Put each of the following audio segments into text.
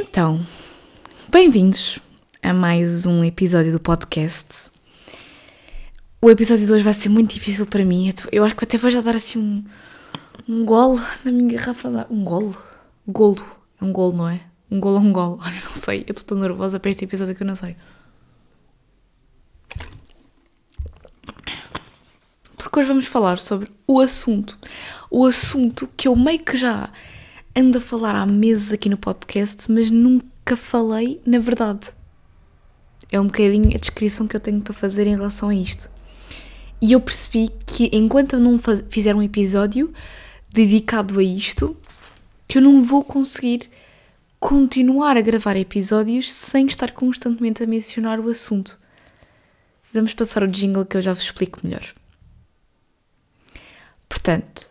Então, bem-vindos a mais um episódio do podcast. O episódio de hoje vai ser muito difícil para mim. Eu acho que até vou já dar assim um golo na minha garrafa de água. Um golo? Golo. É um golo, não é? Um golo é um golo. Olha, não sei. Eu estou tão nervosa para este episódio que eu não sei. Porque hoje vamos falar sobre o assunto. O assunto que eu meio que já ando a falar há meses aqui no podcast, mas nunca falei na verdade. É um bocadinho a descrição que eu tenho para fazer em relação a isto. E eu percebi que enquanto eu não fizer um episódio dedicado a isto, que eu não vou conseguir continuar a gravar episódios sem estar constantemente a mencionar o assunto. Vamos passar o jingle que eu já vos explico melhor. Portanto,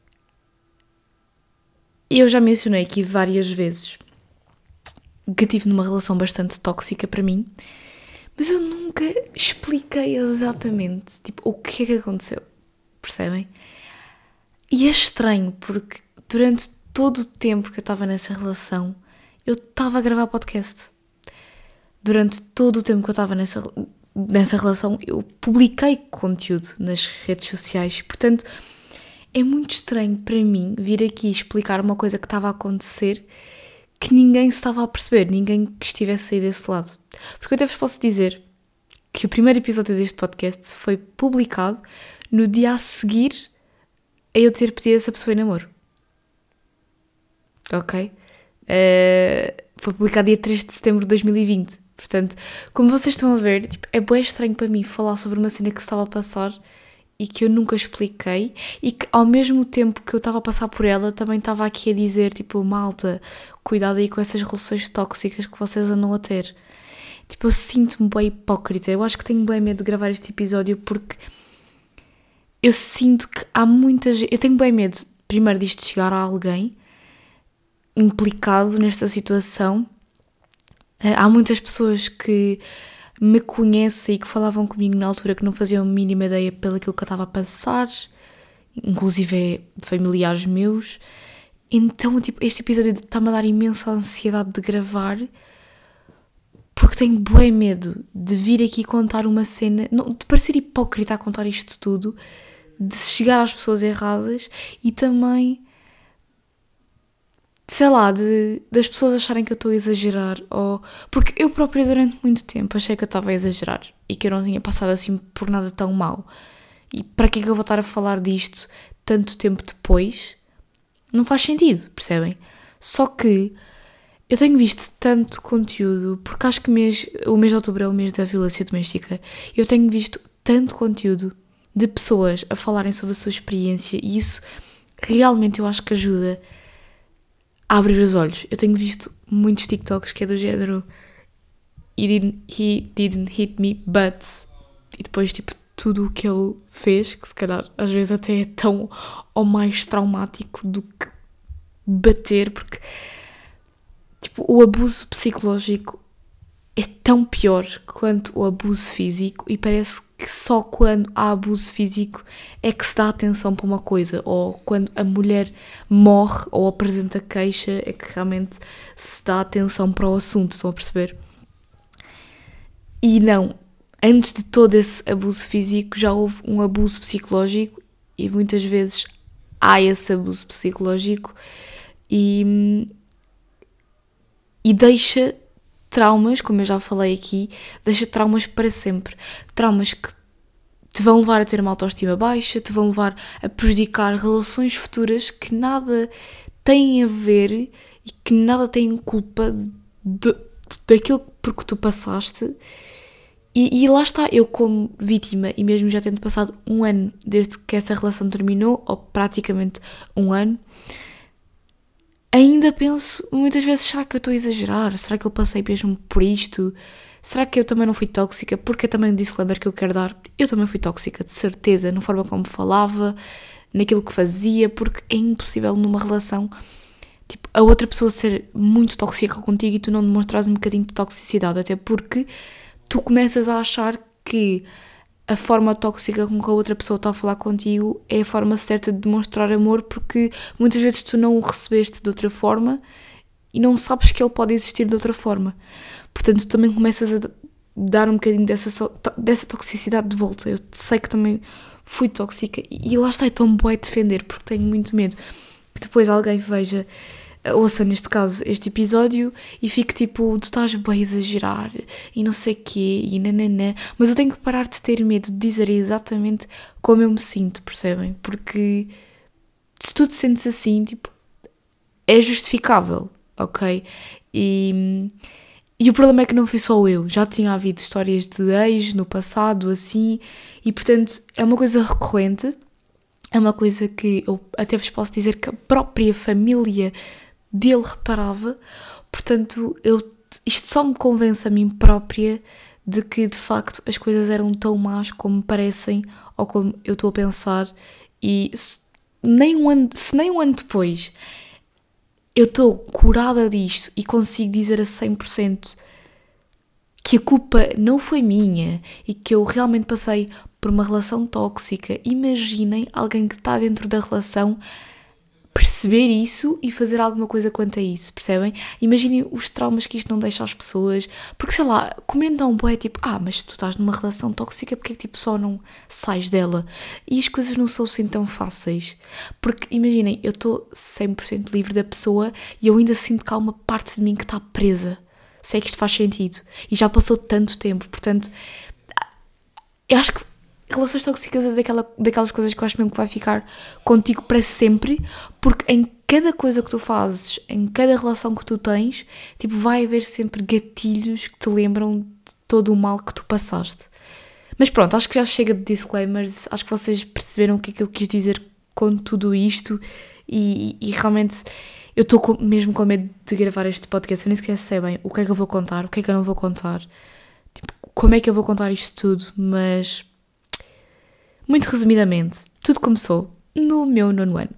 eu já mencionei aqui várias vezes que estive numa relação bastante tóxica para mim, mas eu nunca expliquei exatamente o que é que aconteceu, percebem? E é estranho porque durante todo o tempo que eu estava nessa relação, eu estava a gravar podcast. Durante todo o tempo que eu estava nessa relação, eu publiquei conteúdo nas redes sociais, portanto, é muito estranho para mim vir aqui explicar uma coisa que estava a acontecer que ninguém se estava a perceber, ninguém que estivesse aí desse lado. Porque eu até vos posso dizer que o primeiro episódio deste podcast foi publicado no dia a seguir a eu ter pedido essa pessoa em namoro. Ok? Foi publicado dia 3 de setembro de 2020. Portanto, como vocês estão a ver, é bem estranho para mim falar sobre uma cena que se estava a passar e que eu nunca expliquei, e que ao mesmo tempo que eu estava a passar por ela, também estava aqui a dizer, malta, cuidado aí com essas relações tóxicas que vocês andam a ter. Eu sinto-me bem hipócrita. Eu acho que tenho bem medo de gravar este episódio porque eu sinto que há muita gente... Eu tenho bem medo, primeiro, disto chegar a alguém implicado nesta situação. Há muitas pessoas que me conhecem e que falavam comigo na altura que não faziam a mínima ideia pelo aquilo que eu estava a passar, inclusive familiares meus. Então, este episódio está-me a dar imensa ansiedade de gravar, porque tenho bué medo de vir aqui contar uma cena, não, de parecer hipócrita a contar isto tudo, de chegar às pessoas erradas e também, sei lá, das pessoas acharem que eu estou a exagerar, porque eu própria durante muito tempo achei que eu estava a exagerar e que eu não tinha passado assim por nada tão mau. E para que é que eu vou estar a falar disto tanto tempo depois? Não faz sentido, percebem? Só que eu tenho visto tanto conteúdo, porque acho que o mês de outubro é o mês da violência doméstica. Eu tenho visto tanto conteúdo de pessoas a falarem sobre a sua experiência e isso realmente eu acho que ajuda a abrir os olhos. Eu tenho visto muitos TikToks que é do género he didn't hit me, but... E depois, tudo o que ele fez, que se calhar às vezes até é tão ou mais traumático do que bater, porque o abuso psicológico é tão pior quanto o abuso físico e parece que só quando há abuso físico é que se dá atenção para uma coisa, ou quando a mulher morre ou apresenta queixa é que realmente se dá atenção para o assunto, estão a perceber? E não, antes de todo esse abuso físico já houve um abuso psicológico e muitas vezes há esse abuso psicológico e deixa traumas, como eu já falei aqui, deixa traumas para sempre. Traumas que te vão levar a ter uma autoestima baixa, te vão levar a prejudicar relações futuras que nada têm a ver e que nada têm culpa daquilo por que tu passaste. E lá está, eu como vítima, e mesmo já tendo passado um ano desde que essa relação terminou, ou praticamente um ano, ainda penso muitas vezes, será que eu estou a exagerar? Será que eu passei mesmo por isto? Será que eu também não fui tóxica? Porque é também o disclaimer que eu quero dar. Eu também fui tóxica, de certeza, na forma como falava, naquilo que fazia, porque é impossível numa relação, a outra pessoa ser muito tóxica contigo e tu não demonstras um bocadinho de toxicidade, até porque tu começas a achar que a forma tóxica com que a outra pessoa está a falar contigo é a forma certa de demonstrar amor, porque muitas vezes tu não o recebeste de outra forma e não sabes que ele pode existir de outra forma. Portanto, também começas a dar um bocadinho dessa toxicidade de volta. Eu sei que também fui tóxica e lá está, é tão bom defender, porque tenho muito medo que depois alguém veja, ouça neste caso este episódio e fique tipo, tu estás bem a exagerar e não sei o quê e nananã, mas eu tenho que parar de ter medo de dizer exatamente como eu me sinto, percebem? Porque se tu te sentes assim, tipo, é justificável, ok? E o problema é que não fui só eu, já tinha havido histórias de ex no passado, assim, e portanto é uma coisa recorrente, é uma coisa que eu até vos posso dizer que a própria família dele reparava, portanto isto só me convence a mim própria de que de facto as coisas eram tão más como me parecem ou como eu estou a pensar, e se nem um ano depois eu estou curada disto e consigo dizer a 100% que a culpa não foi minha e que eu realmente passei por uma relação tóxica. Imaginem alguém que está dentro da relação perceber isso e fazer alguma coisa quanto a isso, percebem? Imaginem os traumas que isto não deixa às pessoas, porque sei lá, comentam bué tipo, mas tu estás numa relação tóxica, porque é que tipo só não sais dela? E as coisas não são assim tão fáceis, porque imaginem, eu estou 100% livre da pessoa e eu ainda sinto que há uma parte de mim que está presa, se é que isto faz sentido, e já passou tanto tempo, portanto, eu acho que relações tóxicas é daquelas coisas que eu acho mesmo que vai ficar contigo para sempre, porque em cada coisa que tu fazes, em cada relação que tu tens, tipo, vai haver sempre gatilhos que te lembram de todo o mal que tu passaste. Mas pronto, acho que já chega de disclaimers, acho que vocês perceberam o que é que eu quis dizer com tudo isto e realmente eu estou mesmo com medo de gravar este podcast, eu nem sequer sei bem o que é que eu vou contar, o que é que eu não vou contar, tipo, como é que eu vou contar isto tudo, mas muito resumidamente, tudo começou no meu 9º ano.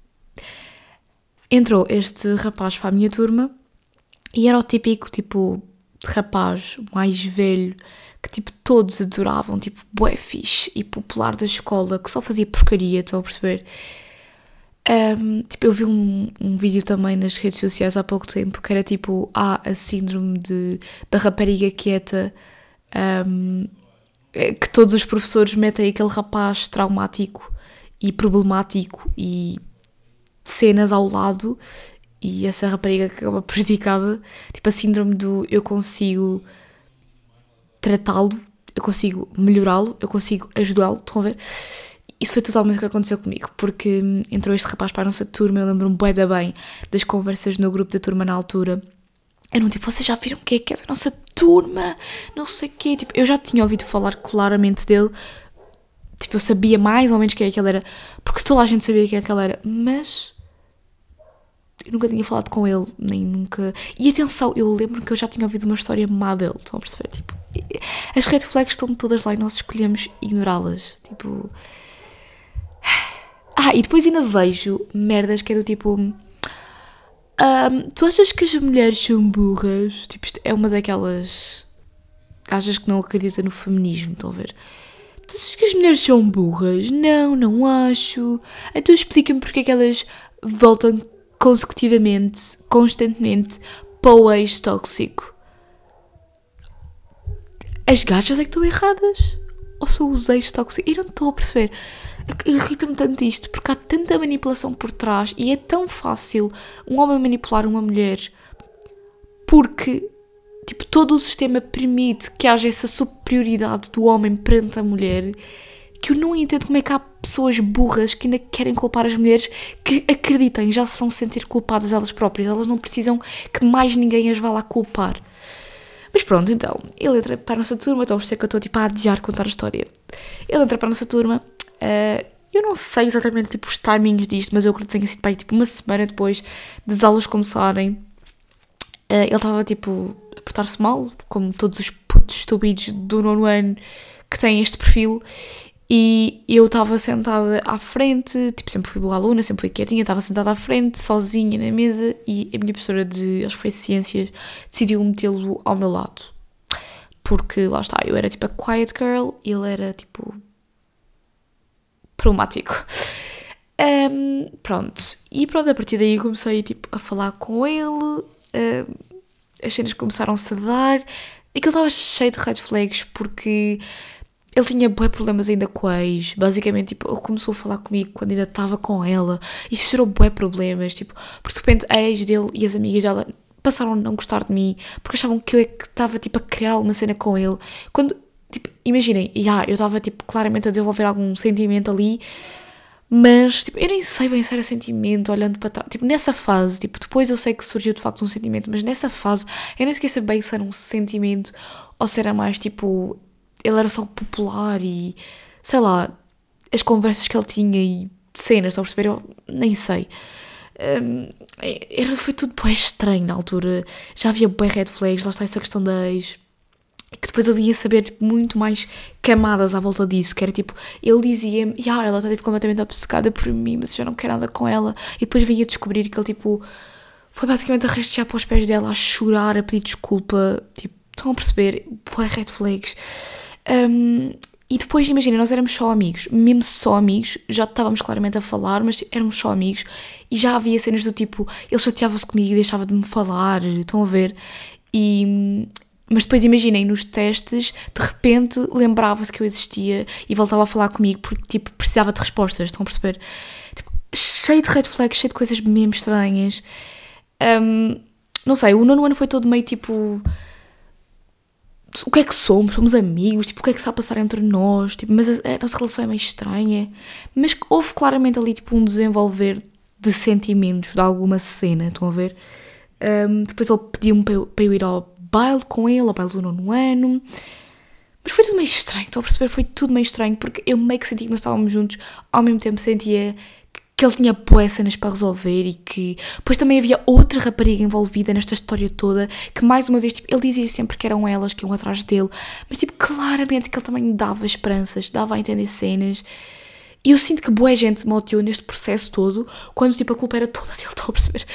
Entrou este rapaz para a minha turma e era o típico, tipo, rapaz mais velho que, tipo, todos adoravam, tipo, bué fixe e popular da escola, que só fazia porcaria, estão a perceber? Tipo, eu vi um vídeo também nas redes sociais há pouco tempo que era, tipo, a síndrome da rapariga quieta, que todos os professores metem aquele rapaz traumático e problemático e cenas ao lado e essa rapariga que acaba prejudicada, tipo a síndrome do eu consigo tratá-lo, eu consigo melhorá-lo, eu consigo ajudá-lo, estão a ver? Isso foi totalmente o que aconteceu comigo, porque entrou este rapaz para a nossa turma, eu lembro-me bué da bem das conversas no grupo da turma na altura. Eram tipo, vocês já viram quem é que é da nossa turma? Não sei o quê. Tipo, eu já tinha ouvido falar claramente dele. Tipo, eu sabia mais ou menos quem é que ele era. Porque toda a gente sabia quem é que ele era. Mas eu nunca tinha falado com ele. Nem nunca... E atenção, eu lembro que eu já tinha ouvido uma história má dele. Estão a perceber? Tipo, as red flags estão todas lá e nós escolhemos ignorá-las. Tipo... e depois ainda vejo merdas que é do tipo... tu achas que as mulheres são burras? Tipo, isto é uma daquelas gajas que não acredita no feminismo, estão a ver? Tu achas que as mulheres são burras? Não, não acho. Então explica-me porque é que elas voltam consecutivamente, constantemente, para o ex tóxico. As gajas é que estão erradas? Ou são os ex tóxicos? Eu não estou a perceber. Irrita-me tanto isto, porque há tanta manipulação por trás e é tão fácil um homem manipular uma mulher porque, tipo, todo o sistema permite que haja essa superioridade do homem perante a mulher, que eu não entendo como é que há pessoas burras que ainda querem culpar as mulheres, que acreditem, já se vão sentir culpadas elas próprias, elas não precisam que mais ninguém as vá lá culpar. Mas pronto, então, ele entra para a nossa turma, então por isso é que eu estou tipo a adiar contar a história. Ele entra para a nossa turma, eu não sei exatamente tipo, os timings disto, mas eu acredito que tenha sido para tipo, uma semana depois das aulas começarem. Ele estava tipo a portar-se mal, como todos os putos estúpidos do 9º ano que têm este perfil, e eu estava sentada à frente, tipo, sempre fui boa aluna, sempre fui quietinha, estava sentada à frente, sozinha na mesa, e a minha professora de, acho que foi de ciências, decidiu metê-lo ao meu lado. Porque, lá está, eu era tipo a quiet girl, e ele era tipo problemático. Pronto, a partir daí comecei tipo a falar com ele, as cenas começaram-se a dar. Aquilo estava cheio de red flags porque ele tinha bué problemas ainda com a ex. Basicamente, tipo, ele começou a falar comigo quando ainda estava com ela. E isso gerou bué problemas, tipo, porque de repente a ex dele e as amigas dela passaram a não gostar de mim porque achavam que eu é que estava, tipo, a criar alguma cena com ele. Quando, tipo, imaginem, eu estava, tipo, claramente a desenvolver algum sentimento ali, mas, tipo, eu nem sei bem se era sentimento, olhando para trás. Tipo, nessa fase, tipo, depois eu sei que surgiu de facto um sentimento, mas nessa fase eu nem esqueci bem se era um sentimento ou se era mais, tipo, ele era só popular e, sei lá, as conversas que ele tinha e cenas, estão a perceber? Eu nem sei. Foi tudo bem estranho na altura. Já havia bem red flags, lá está essa questão da ex. Que depois eu vinha saber muito mais camadas à volta disso, que era tipo, ele dizia-me, ela está tipo completamente obcecada por mim, mas eu já não quero nada com ela, e depois vinha descobrir que ele tipo, foi basicamente a rastejar para os pés dela, a chorar, a pedir desculpa, tipo, estão a perceber, bué red flags. E depois, imagina, nós éramos só amigos, mesmo só amigos, já estávamos claramente a falar, mas éramos só amigos, e já havia cenas do tipo, ele chateava-se comigo e deixava de me falar, estão a ver, mas depois imaginem, nos testes, de repente lembrava-se que eu existia e voltava a falar comigo porque, tipo, precisava de respostas, estão a perceber? Tipo, cheio de red flags, cheio de coisas mesmo estranhas. Não sei, o nono ano foi todo meio, tipo, o que é que somos? Somos amigos? Tipo, o que é que está a passar entre nós? Tipo, mas a nossa relação é meio estranha. Mas houve claramente ali, tipo, um desenvolver de sentimentos de alguma cena, estão a ver? Depois ele pediu-me para eu ir ao baile com ele, ao baile do nono ano, mas foi tudo meio estranho, estão a perceber? Foi tudo meio estranho, porque eu meio que sentia que nós estávamos juntos, ao mesmo tempo sentia que ele tinha bué cenas para resolver e que depois também havia outra rapariga envolvida nesta história toda, que mais uma vez, tipo, ele dizia sempre que eram elas que iam atrás dele, mas tipo, claramente que ele também dava esperanças, dava a entender cenas, e eu sinto que bué gente me odiou neste processo todo, quando tipo, a culpa era toda dele, estão a perceber?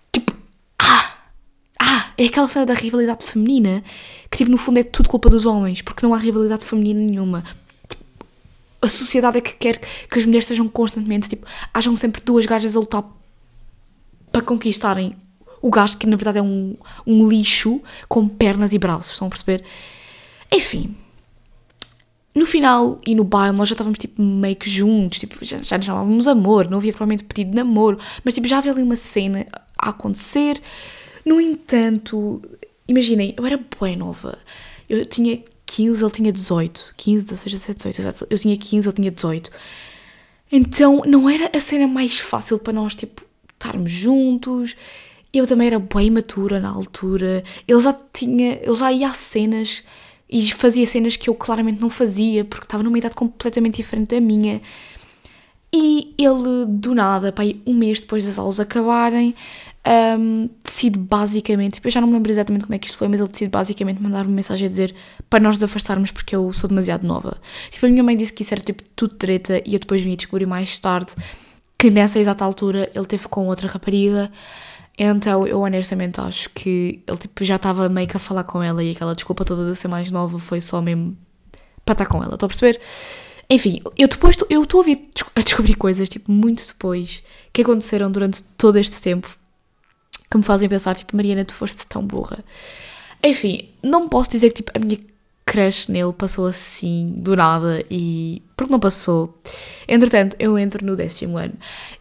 É aquela cena da rivalidade feminina que, tipo, no fundo é tudo culpa dos homens, porque não há rivalidade feminina nenhuma. Tipo, a sociedade é que quer que as mulheres sejam constantemente, tipo, hajam sempre duas gajas a lutar para conquistarem o gajo, que na verdade é um lixo com pernas e braços, estão a perceber? Enfim, no final e no baile nós já estávamos, tipo, meio que juntos, tipo, já nos chamávamos amor, não havia provavelmente pedido de namoro, mas, tipo, já havia ali uma cena a acontecer. No entanto, imaginem, eu era bué nova, eu tinha 15, ele tinha 18, 15, 16, 17, 18, exato. Eu tinha 15, ele tinha 18, então não era a cena mais fácil para nós, tipo, estarmos juntos. Eu também era bué imatura na altura, ele já ia a cenas e fazia cenas que eu claramente não fazia, porque estava numa idade completamente diferente da minha, e ele, do nada, pá, um mês depois das aulas acabarem, decide basicamente, eu já não me lembro exatamente como é que isto foi, mas ele decide basicamente mandar uma mensagem a dizer para nós nos afastarmos porque eu sou demasiado nova. Tipo, a minha mãe disse que isso era tipo tudo treta, e eu depois vim a descobrir mais tarde que nessa exata altura ele teve com outra rapariga. Então eu honestamente acho que ele tipo, já estava meio que a falar com ela, e aquela desculpa toda de ser mais nova foi só mesmo para estar com ela, estão a perceber? Enfim, eu estou a descobrir coisas tipo muito depois que aconteceram durante todo este tempo que me fazem pensar, tipo, Mariana, tu foste tão burra. Enfim, não posso dizer que, tipo, a minha crush nele passou assim, do nada, e... porque não passou. Entretanto, eu entro no 10º ano.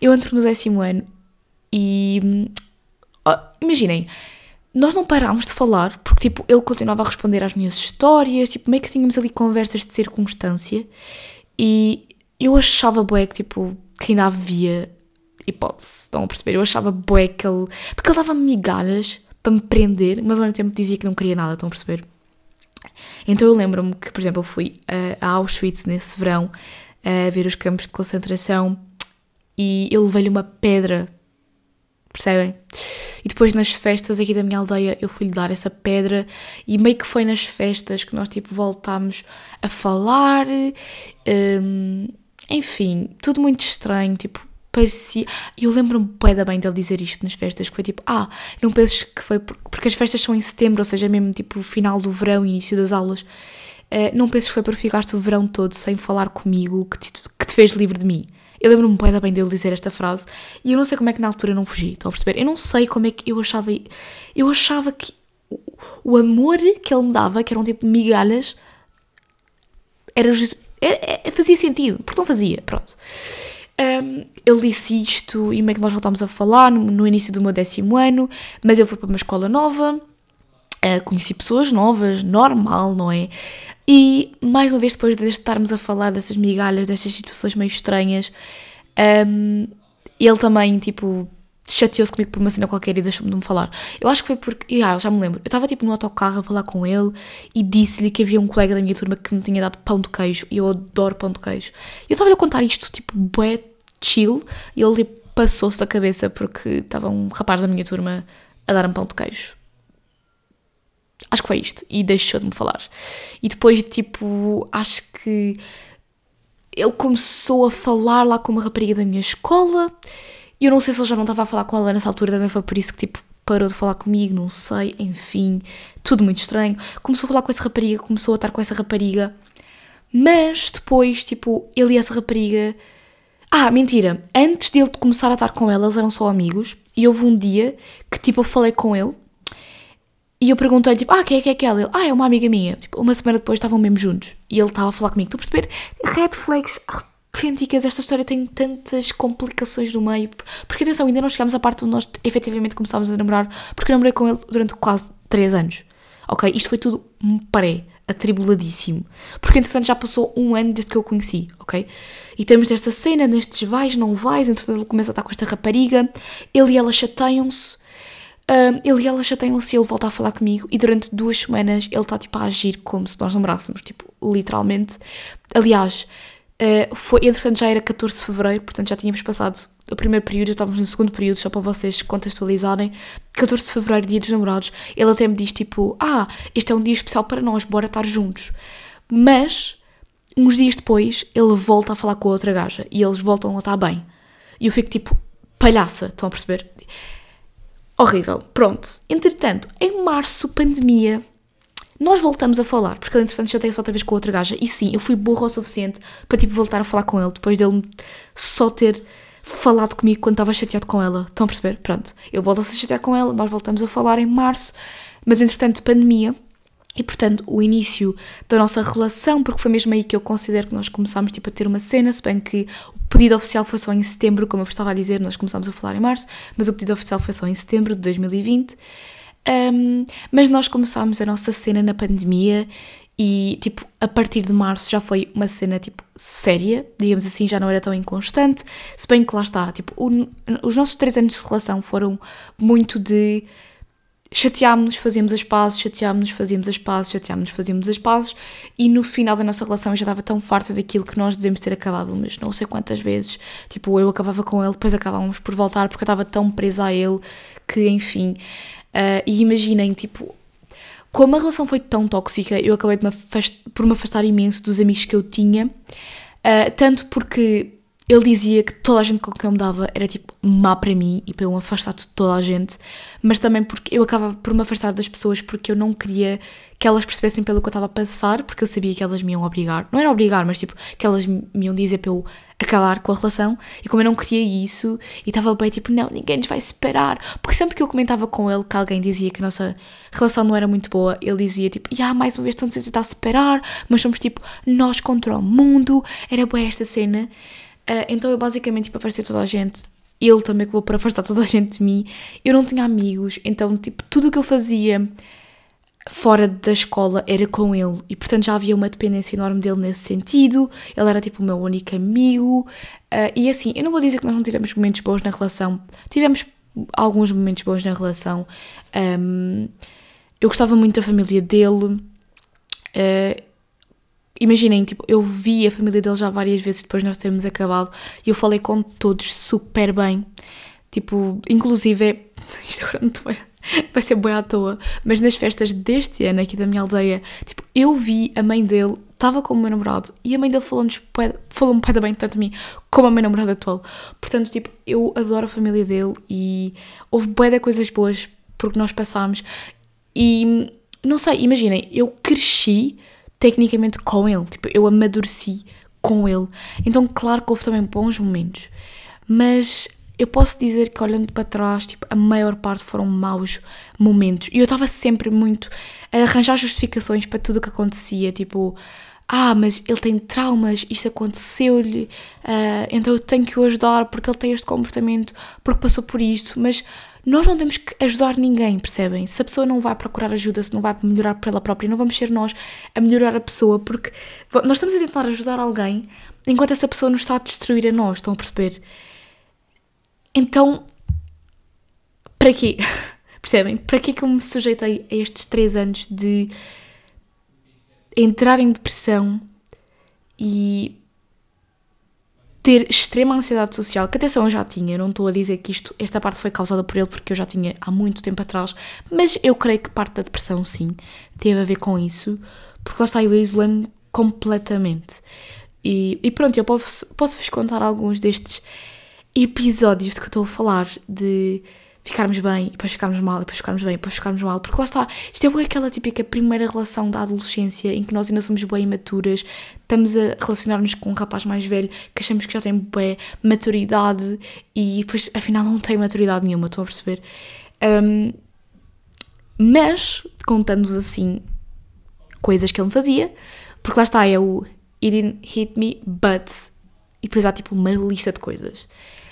E... imaginem, nós não parámos de falar, porque, tipo, ele continuava a responder às minhas histórias, tipo, meio que tínhamos ali conversas de circunstância, e eu achava, bué, que, tipo, que ainda havia hipótese, estão a perceber? Eu achava bué que ele... porque ele dava-me migalhas para me prender, mas ao mesmo tempo dizia que não queria nada, estão a perceber? Então eu lembro-me que, por exemplo, eu fui a Auschwitz nesse verão a ver os campos de concentração, e eu levei-lhe uma pedra, percebem? E depois nas festas aqui da minha aldeia eu fui-lhe dar essa pedra, e meio que foi nas festas que nós tipo voltámos a falar, enfim, tudo muito estranho, tipo, parecia... E eu lembro-me bem dele dizer isto nas festas, que foi tipo, não penses que foi... Porque as festas são em setembro, ou seja, mesmo tipo o final do verão, início das aulas. Não penses que foi para ficaste o verão todo sem falar comigo que te fez livre de mim. Eu lembro-me bué da bem dele dizer esta frase e eu não sei como é que na altura eu não fugi, estão a perceber? Eu não sei como é que eu achava que o amor que ele me dava, que eram tipo migalhas, fazia sentido, porque não fazia, pronto. Ele disse isto e meio que nós voltámos a falar no início do meu 10º ano, mas eu fui para uma escola nova, conheci pessoas novas, normal, não é? E mais uma vez, depois de estarmos a falar dessas migalhas, destas situações meio estranhas, ele também, tipo, chateou-se comigo por uma cena qualquer e deixou-me de me falar. Eu acho que foi porque, eu já me lembro, eu estava tipo no autocarro a falar com ele e disse-lhe que havia um colega da minha turma que me tinha dado pão de queijo e eu adoro pão de queijo. Eu estava-lhe a contar isto, tipo, bué chill, e ele tipo, passou-se da cabeça porque estava um rapaz da minha turma a dar-me pão de queijo. Acho que foi isto. E deixou de me falar. E depois, tipo, acho que ele começou a falar lá com uma rapariga da minha escola. E eu não sei se ele já não estava a falar com ela nessa altura. Também foi por isso que, tipo, parou de falar comigo. Não sei. Enfim, tudo muito estranho. Começou a falar com essa rapariga. Começou a estar com essa rapariga. Mas depois, tipo, ele e essa rapariga... mentira. Antes dele começar a estar com ela, eles eram só amigos. E houve um dia que, tipo, eu falei com ele. E eu perguntei-lhe, tipo, quem é que é aquela? Ele, é uma amiga minha. Tipo, uma semana depois estavam mesmo juntos. E ele estava a falar comigo. Estou a perceber? Red flags autênticas. Esta história tem tantas complicações no meio. Porque, atenção, ainda não chegámos à parte onde nós efetivamente começámos a namorar. Porque eu namorei com ele durante quase 3 anos. Ok? Isto foi tudo atribuladíssimo. Porque, entretanto, já passou 1 ano desde que eu o conheci. Ok? E temos esta cena, nestes vais, não vais. Entretanto, ele começa a estar com esta rapariga. Ele e ela chateiam-se. Ele e ela chateiam-se e ele volta a falar comigo e durante 2 semanas ele está tipo a agir como se nós namorássemos, tipo, literalmente. Aliás, entretanto já era 14 de fevereiro, portanto já tínhamos passado o primeiro período, já estávamos no segundo período, só para vocês contextualizarem. 14 de fevereiro, dia dos namorados, ele até me diz tipo, este é um dia especial para nós, bora estar juntos. Mas, uns dias depois, ele volta a falar com a outra gaja e eles voltam a estar bem. E eu fico tipo, palhaça, estão a perceber? Horrível. Pronto. Entretanto, em março, pandemia, nós voltamos a falar, porque ele, entretanto, já tem só outra vez com a outra gaja. E sim, eu fui burra o suficiente para, tipo, voltar a falar com ele, depois dele só ter falado comigo quando estava chateado com ela. Estão a perceber? Pronto. Ele volta a se chatear com ela, nós voltamos a falar em março, mas, entretanto, pandemia. E, portanto, o início da nossa relação, porque foi mesmo aí que eu considero que nós começámos, tipo, a ter uma cena, se bem que o pedido oficial foi só em setembro, como eu estava a dizer, nós começámos a falar em março, mas o pedido oficial foi só em setembro de 2020. Mas nós começámos a nossa cena na pandemia e, tipo, a partir de março já foi uma cena, tipo, séria, digamos assim, já não era tão inconstante, se bem que lá está, tipo, os nossos 3 anos de relação foram muito de... chateámos-nos, fazíamos as pazes, chateámos-nos, fazíamos as pazes, chateámos-nos, fazíamos as pazes e no final da nossa relação eu já estava tão farta daquilo que nós devemos ter acabado, mas não sei quantas vezes, tipo, eu acabava com ele, depois acabávamos por voltar porque eu estava tão presa a ele que, enfim, e imaginem, tipo, como a relação foi tão tóxica, eu acabei por me afastar imenso dos amigos que eu tinha, tanto porque... ele dizia que toda a gente com quem eu me dava era, tipo, má para mim e para eu me afastar de toda a gente, mas também porque eu acabava por me afastar das pessoas porque eu não queria que elas percebessem pelo que eu estava a passar, porque eu sabia que elas me iam obrigar, não era obrigar, mas, tipo, que elas me iam dizer para eu acabar com a relação, e como eu não queria isso, e estava bem, tipo, não, ninguém nos vai separar, porque sempre que eu comentava com ele que alguém dizia que a nossa relação não era muito boa, ele dizia, tipo, mais uma vez estão-nos a tentar separar, mas somos, tipo, nós contra o mundo, era boa esta cena. Então eu basicamente, tipo, afastei toda a gente, ele também acabou por afastar toda a gente de mim, eu não tinha amigos, então, tipo, tudo o que eu fazia fora da escola era com ele, e portanto já havia uma dependência enorme dele nesse sentido, ele era, tipo, o meu único amigo, e assim, eu não vou dizer que nós não tivemos momentos bons na relação, tivemos alguns momentos bons na relação, eu gostava muito da família dele, imaginem, tipo, eu vi a família dele já várias vezes depois de nós termos acabado e eu falei com todos super bem, tipo, inclusive, isto agora não vai ser bué à toa, mas nas festas deste ano aqui da minha aldeia, tipo, eu vi a mãe dele, estava com o meu namorado e a mãe dele falou-me bué bem tanto a mim como a minha namorada atual, portanto, tipo, eu adoro a família dele e houve bué de coisas boas porque nós passámos e, não sei, imaginem, eu cresci tecnicamente com ele, tipo, eu amadureci com ele. Então, claro que houve também bons momentos. Mas eu posso dizer que, olhando para trás, tipo, a maior parte foram maus momentos. E eu estava sempre muito a arranjar justificações para tudo o que acontecia. Tipo, mas ele tem traumas, isto aconteceu-lhe, então eu tenho que o ajudar porque ele tem este comportamento, porque passou por isto. Mas nós não temos que ajudar ninguém, percebem? Se a pessoa não vai procurar ajuda, se não vai melhorar por ela própria, não vamos ser nós a melhorar a pessoa, porque nós estamos a tentar ajudar alguém enquanto essa pessoa nos está a destruir a nós, estão a perceber? Então, para quê? Percebem? Para quê que eu me sujeitei a estes 3 anos de entrar em depressão e ter extrema ansiedade social, que atenção eu já tinha, eu não estou a dizer que esta parte foi causada por ele, porque eu já tinha há muito tempo atrás, mas eu creio que parte da depressão, sim, teve a ver com isso, porque lá está, eu isolei-me completamente. E pronto, eu posso-vos contar alguns destes episódios de que eu estou a falar, de ficarmos bem, e depois ficarmos mal, e depois ficarmos bem, e depois ficarmos mal, porque lá está, isto é aquela típica primeira relação da adolescência em que nós ainda somos bem imaturas, estamos a relacionar-nos com um rapaz mais velho que achamos que já tem bem maturidade e depois afinal não tem maturidade nenhuma, estão a perceber? Mas, contando-vos assim coisas que ele me fazia, porque lá está, é o "He didn't hit me, but", e depois há tipo uma lista de coisas.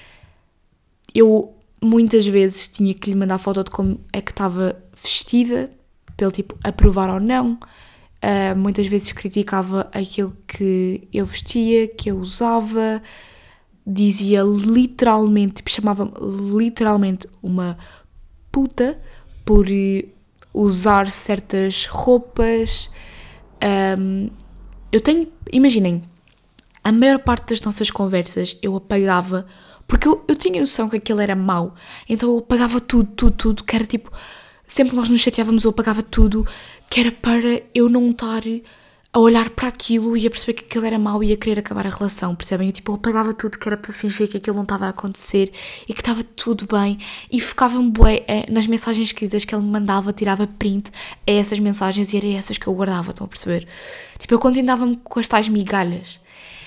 Eu muitas vezes tinha que lhe mandar foto de como é que estava vestida, para ele tipo aprovar ou não. Muitas vezes criticava aquilo que eu vestia, que eu usava, dizia literalmente, tipo, chamava-me literalmente uma puta por usar certas roupas. Imaginem, a maior parte das nossas conversas eu apagava, porque eu tinha noção que aquilo era mau, então eu apagava tudo, que era tipo, sempre que nós nos chateávamos eu apagava tudo, que era para eu não estar a olhar para aquilo e a perceber que aquilo era mau e a querer acabar a relação, percebem? Eu apagava tudo, que era para fingir que aquilo não estava a acontecer e que estava tudo bem, e focava-me bué nas mensagens escritas que ele me mandava, tirava print a essas mensagens e era essas que eu guardava, estão a perceber? Eu continuava-me com as tais migalhas.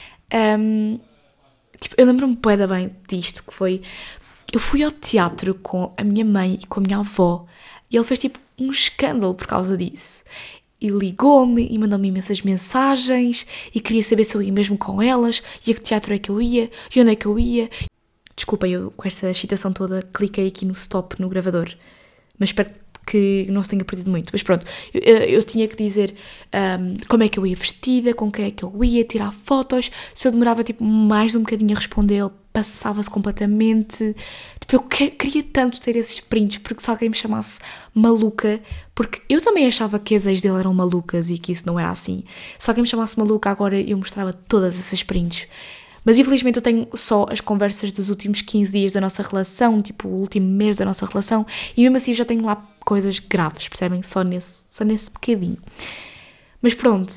Eu lembro-me bué da bem disto, que foi, eu fui ao teatro com a minha mãe e com a minha avó e ele fez um escândalo por causa disso. E ligou-me e mandou-me imensas mensagens e queria saber se eu ia mesmo com elas e a que teatro é que eu ia e onde é que eu ia. Desculpem, eu com essa excitação toda cliquei aqui no stop no gravador, mas espero que não se tenha perdido muito. Mas pronto, eu tinha que dizer como é que eu ia vestida, com quem é que eu ia, tirar fotos. Se eu demorava mais de um bocadinho a responder, ele passava-se completamente. Eu queria tanto ter esses prints, porque se alguém me chamasse maluca, porque eu também achava que as ex dele eram malucas e que isso não era assim. Se alguém me chamasse maluca agora, eu mostrava todas essas prints. Mas infelizmente eu tenho só as conversas dos últimos 15 dias da nossa relação, o último mês da nossa relação, e mesmo assim eu já tenho lá coisas graves, percebem? Só nesse bocadinho. Mas pronto,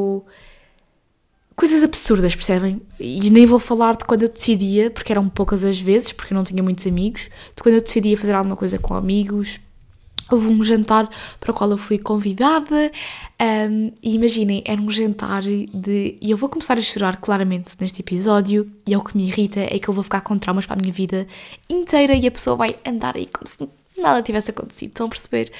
coisas absurdas, percebem? E nem vou falar de quando eu decidia, porque eram poucas as vezes, porque eu não tinha muitos amigos, de quando eu decidia fazer alguma coisa com amigos. Houve um jantar para o qual eu fui convidada e imaginem, era um jantar e eu vou começar a chorar claramente neste episódio, e é o que me irrita, é que eu vou ficar com traumas para a minha vida inteira e a pessoa vai andar aí como se nada tivesse acontecido, estão a perceber?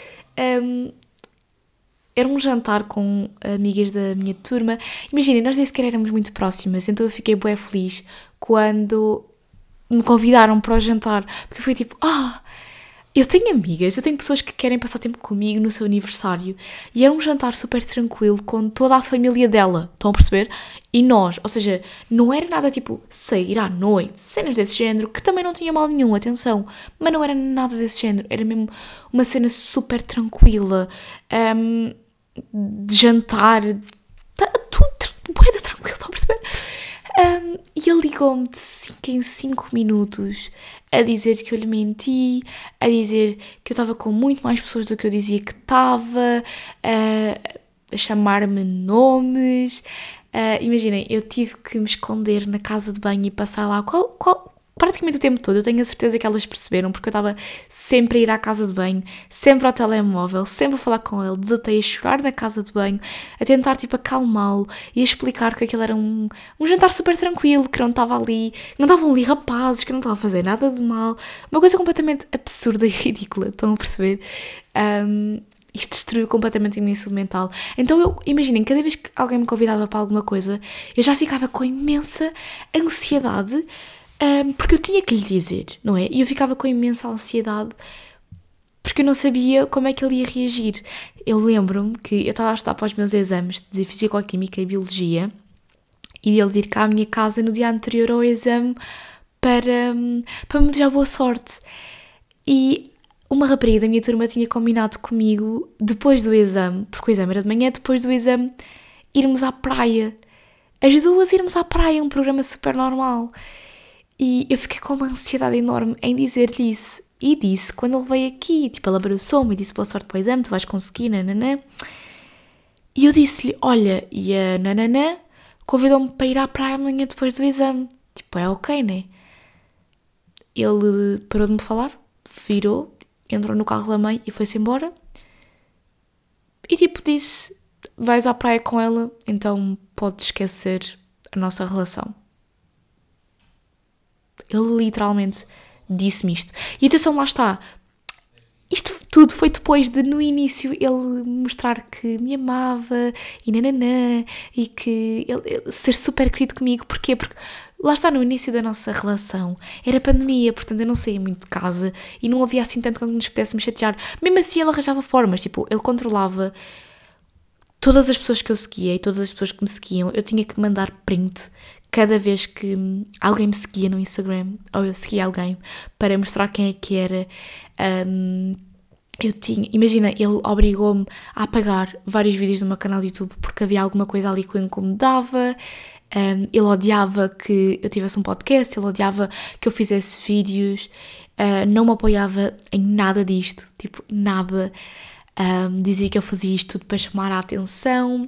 Era um jantar com amigas da minha turma. Imaginem, nós nem sequer éramos muito próximas, então eu fiquei bué feliz quando me convidaram para o jantar, porque foi eu tenho amigas, eu tenho pessoas que querem passar tempo comigo no seu aniversário, e era um jantar super tranquilo com toda a família dela, estão a perceber? E nós, ou seja, não era nada sair à noite, cenas desse género, que também não tinha mal nenhum, atenção, mas não era nada desse género, era mesmo uma cena super tranquila, de jantar, tudo bué da tranquilo, estão a perceber? E ele ligou-me de 5 em 5 minutos a dizer que eu lhe menti, a dizer que eu estava com muito mais pessoas do que eu dizia que estava, a chamar-me nomes. Imaginem, eu tive que me esconder na casa de banho e passar lá praticamente o tempo todo, eu tenho a certeza que elas perceberam, porque eu estava sempre a ir à casa de banho, sempre ao telemóvel, sempre a falar com ele, desatei a chorar na casa de banho, a tentar, tipo, acalmá-lo e a explicar que aquilo era um jantar super tranquilo, que não estavam ali rapazes, que não estava a fazer nada de mal, uma coisa completamente absurda e ridícula, estão a perceber? Isto destruiu completamente a minha saúde mental. Então imaginem, cada vez que alguém me convidava para alguma coisa, eu já ficava com imensa ansiedade, porque eu tinha que lhe dizer, não é? E eu ficava com imensa ansiedade, porque eu não sabia como é que ele ia reagir. Eu lembro-me que eu estava a estudar para os meus exames de Fisicoquímica e Biologia, e ele vir cá à minha casa no dia anterior ao exame para me desejar boa sorte. E uma rapariga da minha turma tinha combinado comigo, depois do exame, porque o exame era de manhã, depois do exame, irmos à praia. As duas irmos à praia, um programa super normal. E eu fiquei com uma ansiedade enorme em dizer-lhe isso. E disse, quando ele veio aqui, tipo, ele abraçou-me e disse, boa sorte para o exame, tu vais conseguir, nananã. E eu disse-lhe, olha, e a nananã convidou-me para ir à praia amanhã depois do exame. Tipo, é ok, né? Ele parou de me falar, virou, entrou no carro da mãe e foi-se embora. E tipo, disse, vais à praia com ela, então podes esquecer a nossa relação. Ele literalmente disse-me isto. E atenção, lá está. Isto tudo foi depois de, no início, ele mostrar que me amava e nananã, e que ele ser super querido comigo. Porquê? Porque lá está, no início da nossa relação, era pandemia, portanto eu não saía muito de casa e não havia assim tanto com que nos pudéssemos chatear. Mesmo assim ele arranjava formas, tipo, ele controlava todas as pessoas que eu seguia e todas as pessoas que me seguiam. Eu tinha que mandar print cada vez que alguém me seguia no Instagram, ou eu seguia alguém, para mostrar quem é que era. Imagina, ele obrigou-me a apagar vários vídeos do meu canal de YouTube porque havia alguma coisa ali que o incomodava. Ele odiava que eu tivesse um podcast, ele odiava que eu fizesse vídeos, não me apoiava em nada disto, tipo, nada. Dizia que eu fazia isto tudo para chamar a atenção.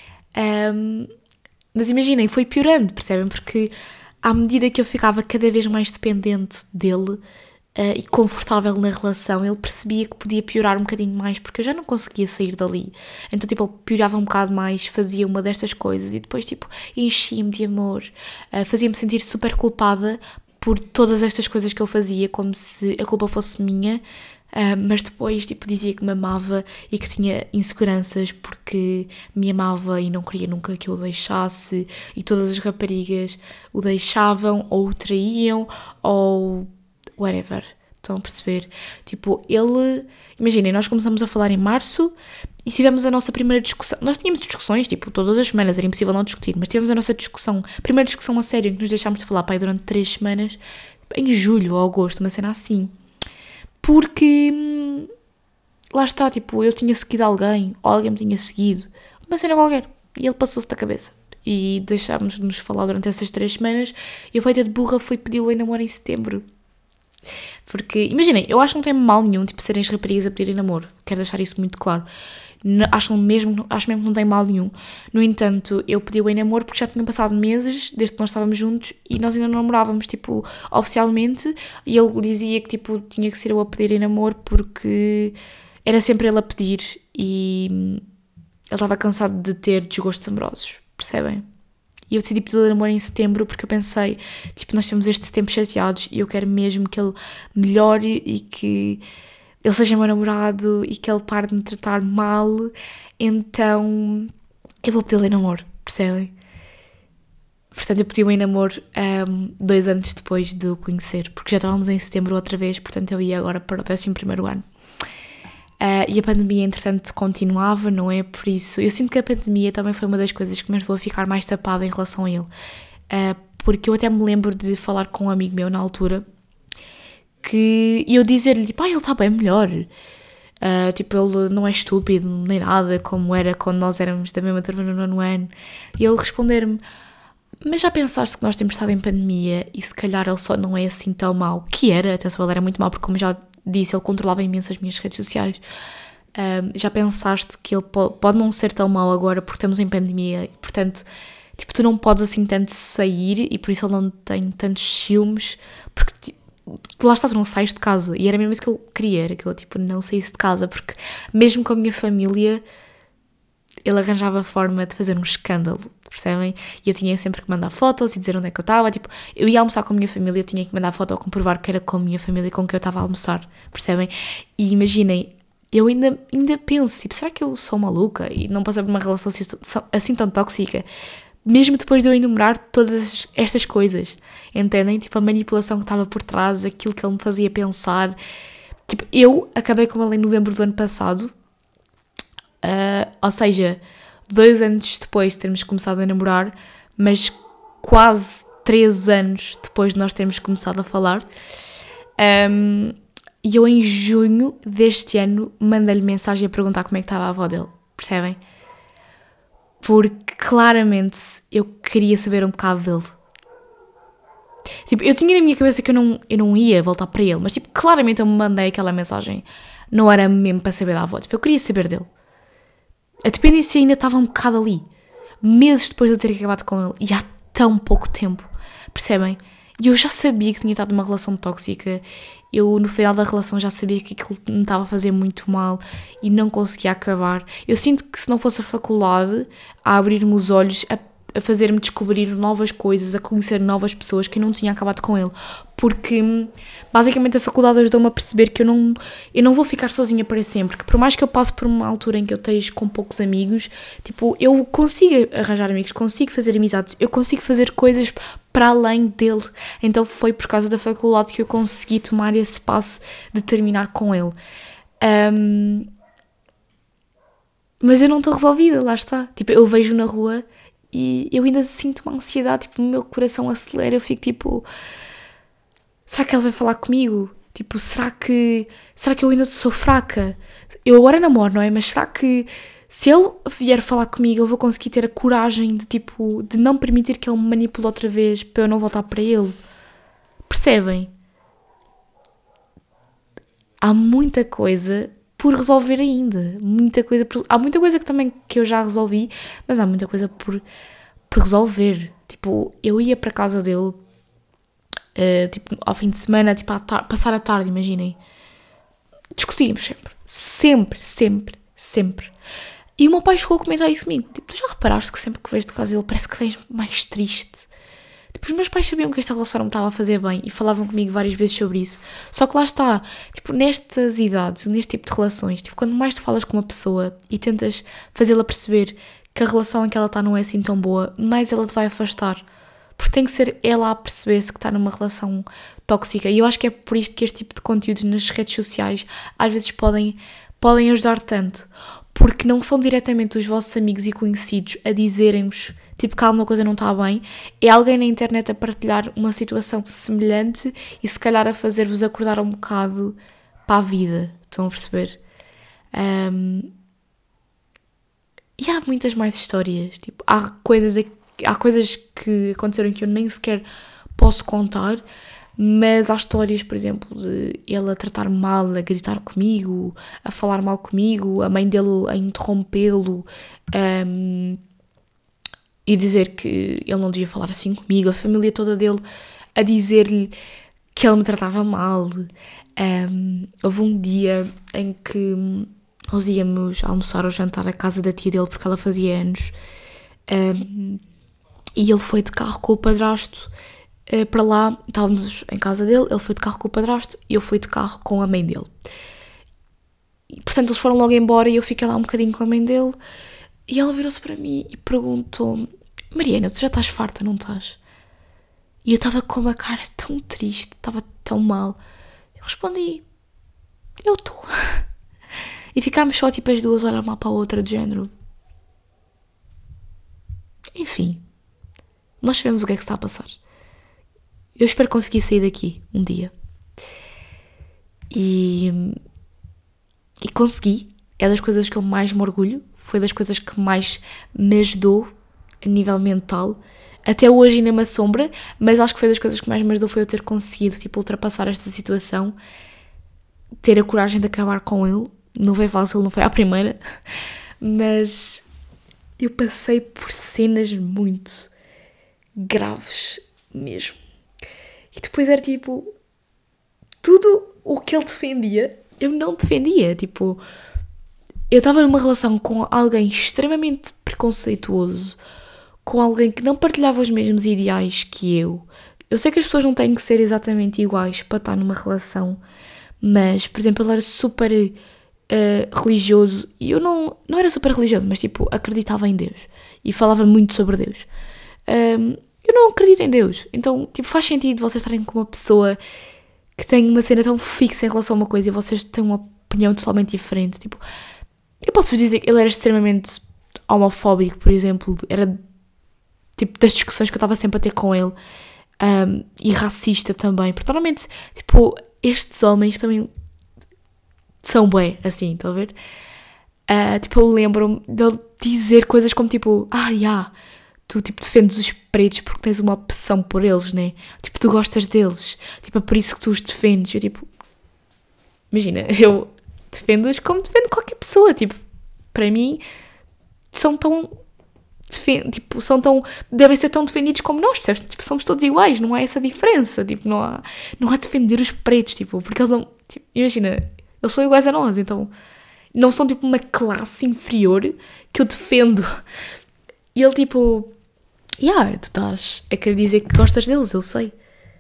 Mas imaginem, foi piorando, percebem? Porque à medida que eu ficava cada vez mais dependente dele e confortável na relação, ele percebia que podia piorar um bocadinho mais, porque eu já não conseguia sair dali. Então, tipo, ele piorava um bocado mais, fazia uma destas coisas e depois, tipo, enchia-me de amor, fazia-me sentir super culpada por todas estas coisas que eu fazia, como se a culpa fosse minha. Mas depois, tipo, dizia que me amava e que tinha inseguranças porque me amava e não queria nunca que eu o deixasse, e todas as raparigas o deixavam ou o traíam ou whatever, estão a perceber? Tipo, imaginem, nós começamos a falar em março e tivemos a nossa primeira discussão. Nós tínhamos discussões, tipo, todas as semanas, era impossível não discutir, mas tivemos a nossa primeira discussão a sério, em que nos deixámos de falar, pai, durante 3 semanas, em julho ou agosto, uma cena assim. Porque, lá está, tipo, eu tinha seguido alguém, ou alguém me tinha seguido, uma cena qualquer, e ele passou-se da cabeça. E deixámos de nos falar durante essas 3 semanas, e eu, feita de burra, fui pedi-lo em namoro em setembro. Porque, imaginem, eu acho que não tem mal nenhum, tipo, serem as raparigas a pedirem namoro, quero deixar isso muito claro. Acho mesmo que não tem mal nenhum. No entanto, eu pedi-o em namoro porque já tinham passado meses desde que nós estávamos juntos e nós ainda não namorávamos, tipo, oficialmente, e ele dizia que, tipo, tinha que ser eu a pedir em namoro porque era sempre ele a pedir e ele estava cansado de ter desgostos amorosos, percebem? E eu decidi pedir namoro em setembro porque eu pensei, tipo, nós temos este tempo chateados e eu quero mesmo que ele melhore e que ele seja meu namorado e que ele pare de me tratar mal, então eu vou pedir-lhe em namoro, percebem? Portanto, eu pedi-o em namoro 2 anos depois de o conhecer, porque já estávamos em setembro outra vez, portanto eu ia agora para o 11º ano. E a pandemia, entretanto, continuava, não é? Por isso, eu sinto que a pandemia também foi uma das coisas que me ajudou a ficar mais tapada em relação a ele. Porque eu até me lembro de falar com um amigo meu na altura, que eu dizer-lhe, tipo, ele está bem melhor. Tipo, ele não é estúpido, nem nada, como era quando nós éramos da mesma turma no 9º ano. E ele responder-me, mas já pensaste que nós temos estado em pandemia e se calhar ele só não é assim tão mau? Que era, atenção, ele era muito mau, porque como já disse, ele controlava imenso as minhas redes sociais. Já pensaste que ele pode não ser tão mau agora porque estamos em pandemia e, portanto, tipo, tu não podes assim tanto sair e por isso ele não tem tantos ciúmes, porque tipo, lá está, tu não sais de casa. E era mesmo isso que ele queria, era que eu tipo, não saísse de casa, porque mesmo com a minha família ele arranjava forma de fazer um escândalo, percebem? E eu tinha sempre que mandar fotos e dizer onde é que eu estava, tipo, eu ia almoçar com a minha família, eu tinha que mandar foto a comprovar que era com a minha família com que eu estava a almoçar, percebem? E imaginem, eu ainda penso, tipo, será que eu sou maluca e não passei por uma relação assim tão tóxica? Mesmo depois de eu enumerar todas estas coisas, entendem? Tipo, a manipulação que estava por trás, aquilo que ele me fazia pensar. Tipo, eu acabei com ele em novembro do ano passado, ou seja, 2 anos depois de termos começado a namorar, mas quase 3 anos depois de nós termos começado a falar. E eu em junho deste ano mandei-lhe mensagem a perguntar como é que estava a avó dele, percebem? Porque claramente eu queria saber um bocado dele. Tipo, eu tinha na minha cabeça que eu não ia voltar para ele, mas tipo, claramente eu me mandei aquela mensagem. Não era mesmo para saber da avó, tipo, eu queria saber dele. A dependência ainda estava um bocado ali. Meses depois de eu ter acabado com ele. E há tão pouco tempo. Percebem? E eu já sabia que tinha estado numa relação tóxica. Eu, no final da relação, já sabia que aquilo me estava a fazer muito mal. E não conseguia acabar. Eu sinto que se não fosse a faculdade a abrir-me os olhos, a fazer-me descobrir novas coisas, a conhecer novas pessoas, que eu não tinha acabado com ele. Porque, basicamente, a faculdade ajudou-me a perceber que eu não vou ficar sozinha para sempre. Que por mais que eu passe por uma altura em que eu esteja com poucos amigos, tipo, eu consigo arranjar amigos, consigo fazer amizades, eu consigo fazer coisas para além dele. Então foi por causa da faculdade que eu consegui tomar esse passo de terminar com ele. Mas eu não estou resolvida, lá está. Tipo, eu vejo na rua e eu ainda sinto uma ansiedade, tipo, o meu coração acelera, eu fico tipo, será que ele vai falar comigo? Tipo, será que eu ainda sou fraca? Eu agora namoro, não é? Mas será que se ele vier falar comigo eu vou conseguir ter a coragem de, tipo, de não permitir que ele me manipule outra vez para eu não voltar para ele? Percebem? Há muita coisa por resolver ainda, há muita coisa que também que eu já resolvi, mas há muita coisa por resolver. Tipo, eu ia para a casa dele, tipo, ao fim de semana, tipo, passar a tarde, imaginem. Discutíamos sempre. E o meu pai chegou a comentar isso comigo. Tipo, tu já reparaste que sempre que vejo de casa dele parece que vens mais triste? Tipo, os meus pais sabiam que esta relação não me estava a fazer bem e falavam comigo várias vezes sobre isso. Só que lá está, tipo, nestas idades, neste tipo de relações, tipo, quando mais tu falas com uma pessoa e tentas fazê-la perceber que a relação em que ela está não é assim tão boa, mais ela te vai afastar. Porque tem que ser ela a perceber-se que está numa relação tóxica. E eu acho que é por isto que este tipo de conteúdos nas redes sociais às vezes podem ajudar tanto. Porque não são diretamente os vossos amigos e conhecidos a dizerem-vos tipo que alguma coisa não está bem, é alguém na internet a partilhar uma situação semelhante e se calhar a fazer-vos acordar um bocado para a vida, estão a perceber? E há muitas mais histórias, tipo, há coisas que aconteceram que eu nem sequer posso contar, mas há histórias, por exemplo, de ele a tratar-me mal, a gritar comigo, a falar mal comigo, a mãe dele a interrompê-lo, e dizer que ele não devia falar assim comigo, a família toda dele a dizer-lhe que ele me tratava mal. Houve um dia em que nós íamos almoçar ou jantar à casa da tia dele porque ela fazia anos, e ele foi de carro com o padrasto para lá. Estávamos em casa dele, ele foi de carro com o padrasto e eu fui de carro com a mãe dele. E, portanto, eles foram logo embora e eu fiquei lá um bocadinho com a mãe dele. E ela virou-se para mim e perguntou-me: Mariana, tu já estás farta, não estás? E eu estava com uma cara tão triste, estava tão mal. Eu respondi: eu estou. E ficámos só tipo as duas a olhar uma para a outra, do género. Enfim, nós sabemos o que é que está a passar. Eu espero conseguir sair daqui um dia. E consegui. É das coisas que eu mais me orgulho. Foi das coisas que mais me ajudou a nível mental. Até hoje ainda me assombra, mas acho que foi das coisas que mais me ajudou foi eu ter conseguido, tipo, ultrapassar esta situação, ter a coragem de acabar com ele. Não foi fácil, não foi à primeira, mas eu passei por cenas muito graves mesmo. E depois era tipo, tudo o que ele defendia, eu não defendia. Tipo, eu estava numa relação com alguém extremamente preconceituoso, com alguém que não partilhava os mesmos ideais que eu. Eu sei que as pessoas não têm que ser exatamente iguais para estar numa relação, mas, por exemplo, ele era super religioso e eu não era super religioso, mas tipo, acreditava em Deus e falava muito sobre Deus. Eu não acredito em Deus, então tipo, faz sentido vocês estarem com uma pessoa que tem uma cena tão fixa em relação a uma coisa e vocês têm uma opinião totalmente diferente. Tipo, eu posso-vos dizer que ele era extremamente homofóbico, por exemplo, era tipo das discussões que eu estava sempre a ter com ele, e racista também, porque normalmente, tipo, estes homens também são bué, assim, estão a ver? Tipo, eu lembro-me dele dizer coisas como tipo, tu tipo defendes os pretos porque tens uma opção por eles, né? Tipo, tu gostas deles, tipo, é por isso que tu os defendes. Eu tipo, imagina, eu defendo-os como defendo qualquer pessoa, tipo, para mim são tão devem ser tão defendidos como nós, percebes? Tipo, somos todos iguais, não há essa diferença, tipo, não há defender os pretos, tipo, porque eles não, tipo, imagina, eles são iguais a nós, então não são tipo uma classe inferior que eu defendo. E ele tipo, tu estás a querer dizer que gostas deles, eu sei.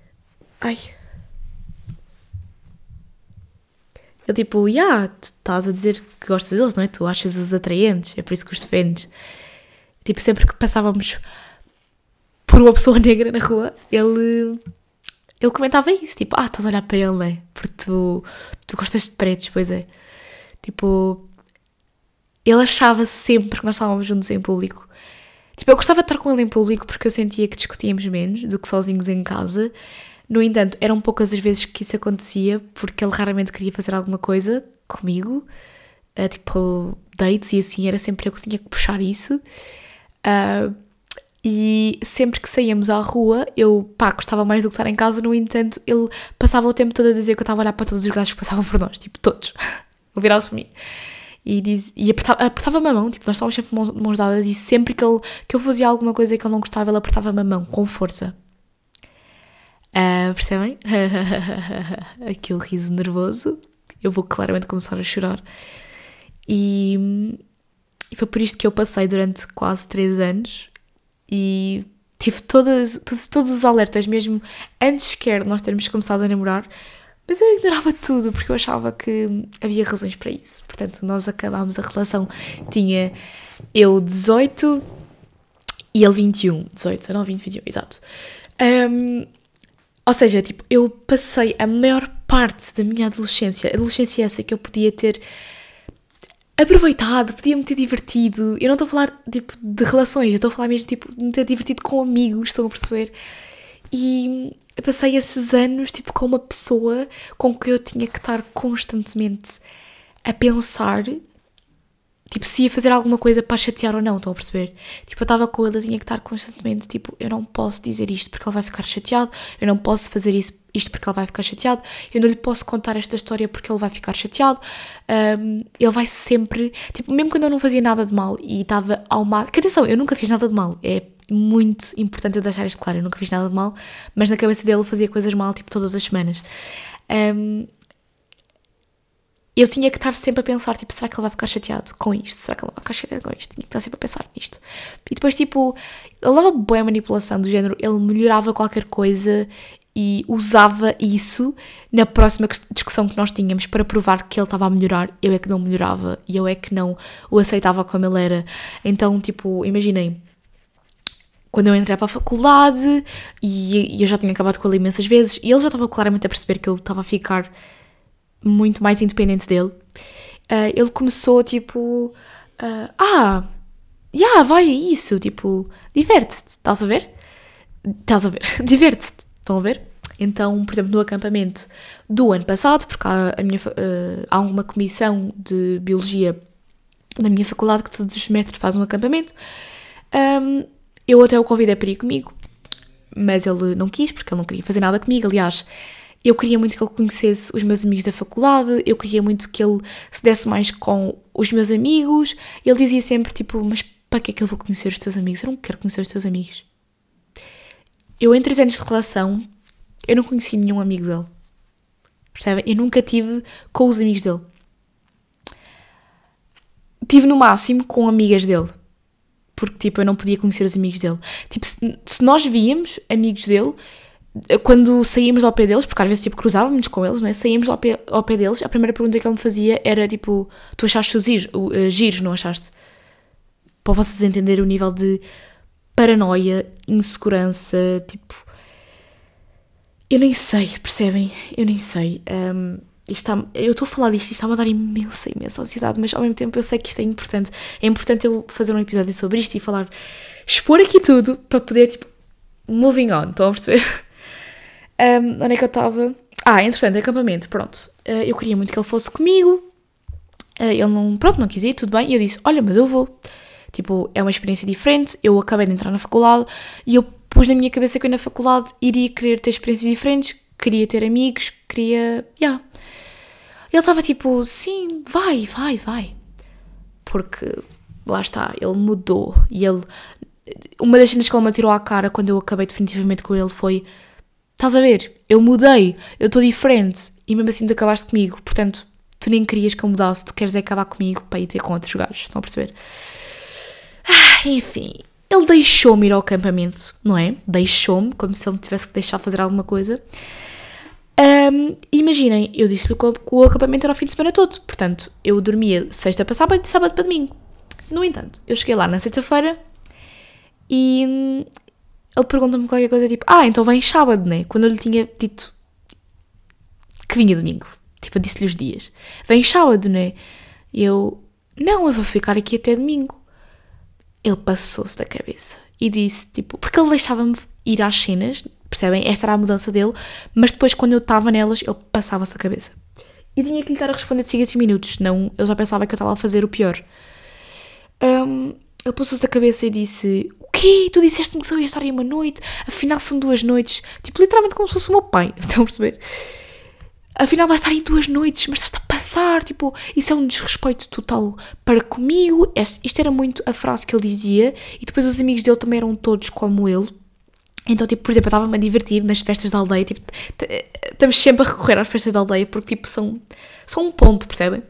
Ele tipo, tu estás a dizer que gostas deles, não é? Tu achas-os atraentes, é por isso que os defendes. Tipo, sempre que passávamos por uma pessoa negra na rua, ele comentava isso, tipo, estás a olhar para ele, né? Porque tu gostas de pretos, pois é. Tipo, ele achava sempre que nós estávamos juntos em público. Tipo, eu gostava de estar com ele em público porque eu sentia que discutíamos menos do que sozinhos em casa. No entanto, eram poucas as vezes que isso acontecia porque ele raramente queria fazer alguma coisa comigo. Tipo, dates e assim, era sempre eu que tinha que puxar isso. E sempre que saíamos à rua, eu, gostava mais do que estar em casa. No entanto, ele passava o tempo todo a dizer que eu estava a olhar para todos os gajos que passavam por nós, tipo, todos. Ele virava-se para mim e apertava-me a mão, tipo, nós estávamos sempre de mãos dadas e sempre que eu fazia alguma coisa que ele não gostava, ele apertava-me a mão, com força. Percebem? Aquele riso nervoso. Eu vou claramente começar a chorar. E foi por isto que eu passei durante quase 3 anos e tive todos os alertas, mesmo antes sequer de nós termos começado a namorar, mas eu ignorava tudo porque eu achava que havia razões para isso. Portanto, nós acabámos a relação, tinha eu 18 e ele 21, 18, 19, 20, 21, exato. Ou seja, tipo, eu passei a maior parte da minha adolescência essa que eu podia ter aproveitado, podia-me ter divertido. Eu não estou a falar, tipo, de relações, eu estou a falar mesmo, tipo, de me ter divertido com amigos, estão a perceber? E eu passei esses anos, tipo, com uma pessoa com que eu tinha que estar constantemente a pensar, tipo, se ia fazer alguma coisa para chatear ou não, estão a perceber? Tipo, eu estava com ele, eu tinha que estar constantemente, tipo, eu não posso dizer isto porque ele vai ficar chateado, eu não posso fazer isto porque ele vai ficar chateado, eu não lhe posso contar esta história porque ele vai ficar chateado, ele vai sempre, tipo, mesmo quando eu não fazia nada de mal e estava ao máximo, que atenção, eu nunca fiz nada de mal, é muito importante eu deixar isto claro, eu nunca fiz nada de mal, mas na cabeça dele eu fazia coisas mal, tipo, todas as semanas. Eu tinha que estar sempre a pensar, tipo, será que ele vai ficar chateado com isto? Será que ele vai ficar chateado com isto? Tinha que estar sempre a pensar nisto. E depois, tipo, ele dava boa manipulação do género, ele melhorava qualquer coisa e usava isso na próxima discussão que nós tínhamos para provar que ele estava a melhorar. Eu é que não melhorava e eu é que não o aceitava como ele era. Então, tipo, imaginem, quando eu entrei para a faculdade e eu já tinha acabado com ele imensas vezes e ele já estava claramente a perceber que eu estava a ficar muito mais independente dele, ele começou tipo vai, é isso, tipo, diverte-te, estás a ver, diverte-te, estão a ver? Então, por exemplo, no acampamento do ano passado, porque há uma comissão de biologia na minha faculdade que todos os semestres faz um acampamento, eu até o convidei para ir comigo, mas ele não quis porque ele não queria fazer nada comigo. Aliás, eu queria muito que ele conhecesse os meus amigos da faculdade, eu queria muito que ele se desse mais com os meus amigos. Ele dizia sempre, tipo, mas para que é que eu vou conhecer os teus amigos? Eu não quero conhecer os teus amigos. Eu, em 3 anos de relação, eu não conheci nenhum amigo dele. Percebem? Eu nunca tive com os amigos dele. Tive no máximo com amigas dele. Porque, tipo, eu não podia conhecer os amigos dele. Tipo, se nós víamos amigos dele, quando saíamos ao pé deles, porque às vezes, tipo, cruzávamos com eles, não é? Saíamos ao pé deles, a primeira pergunta que ele me fazia era, tipo, tu achaste os giros, não achaste? Para vocês entenderem o nível de paranoia, insegurança, tipo... Eu nem sei, percebem? Eu nem sei. Eu estou a falar disto e está-me a dar imensa ansiedade, mas ao mesmo tempo eu sei que isto é importante. É importante eu fazer um episódio sobre isto e falar, expor aqui tudo para poder, tipo, moving on, estão a perceber? Onde é que eu estava? Entretanto, acampamento, pronto. Eu queria muito que ele fosse comigo. Ele não quis ir, tudo bem. E eu disse, olha, mas eu vou. Tipo, é uma experiência diferente. Eu acabei de entrar na faculdade e eu pus na minha cabeça que eu na faculdade iria querer ter experiências diferentes, queria ter amigos, queria... Ele estava tipo, sim, vai. Porque, lá está, ele mudou. E ele... Uma das cenas que ele me atirou à cara quando eu acabei definitivamente com ele foi... Estás a ver? Eu mudei, eu estou diferente. E mesmo assim tu acabaste comigo. Portanto, tu nem querias que eu mudasse. Tu queres é acabar comigo para ir ter com outros gajos. Estão a perceber? Enfim... Ele deixou-me ir ao acampamento, não é? Deixou-me, como se ele me tivesse que deixar fazer alguma coisa. Imaginem, eu disse-lhe que o acampamento era o fim de semana todo. Portanto, eu dormia sexta para sábado e sábado para domingo. No entanto, eu cheguei lá na sexta-feira e ele pergunta-me qualquer coisa, tipo, então vem sábado, né? Quando eu lhe tinha dito que vinha domingo. Tipo, eu disse-lhe os dias. Vem sábado, né? E eu vou ficar aqui até domingo. Ele passou-se da cabeça e disse, tipo... Porque ele deixava-me ir às cenas, percebem? Esta era a mudança dele, mas depois, quando eu estava nelas, ele passava-se da cabeça. E tinha que lhe estar a responder de 5 a 5 minutos, senão ele já pensava que eu estava a fazer o pior. Ele passou-se da cabeça e disse... O quê? Tu disseste-me que só ia estar aí uma noite? Afinal, são 2 noites. Tipo, literalmente como se fosse o meu pai. Estão a perceber? Afinal, vai estar aí 2 noites, mas estás-te a passar, tipo, isso é um desrespeito total para comigo. Isto era muito a frase que ele dizia, e depois os amigos dele também eram todos como ele. Então, tipo, por exemplo, eu estava-me a divertir nas festas da aldeia, tipo, estamos sempre a recorrer às festas da aldeia, porque, tipo, são um ponto, percebem?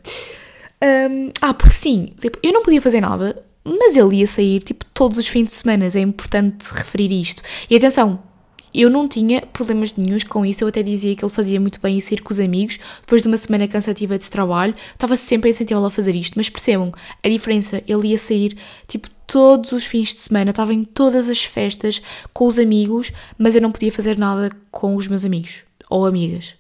Porque sim, tipo, eu não podia fazer nada, mas ele ia sair, tipo, todos os fins de semana, é importante referir isto. E atenção, eu não tinha problemas nenhuns com isso, eu até dizia que ele fazia muito bem ir sair com os amigos, depois de uma semana cansativa de trabalho, estava sempre a incentivá-lo a fazer isto, mas percebam, a diferença, ele ia sair, tipo, todos os fins de semana, estava em todas as festas com os amigos, mas eu não podia fazer nada com os meus amigos, ou amigas,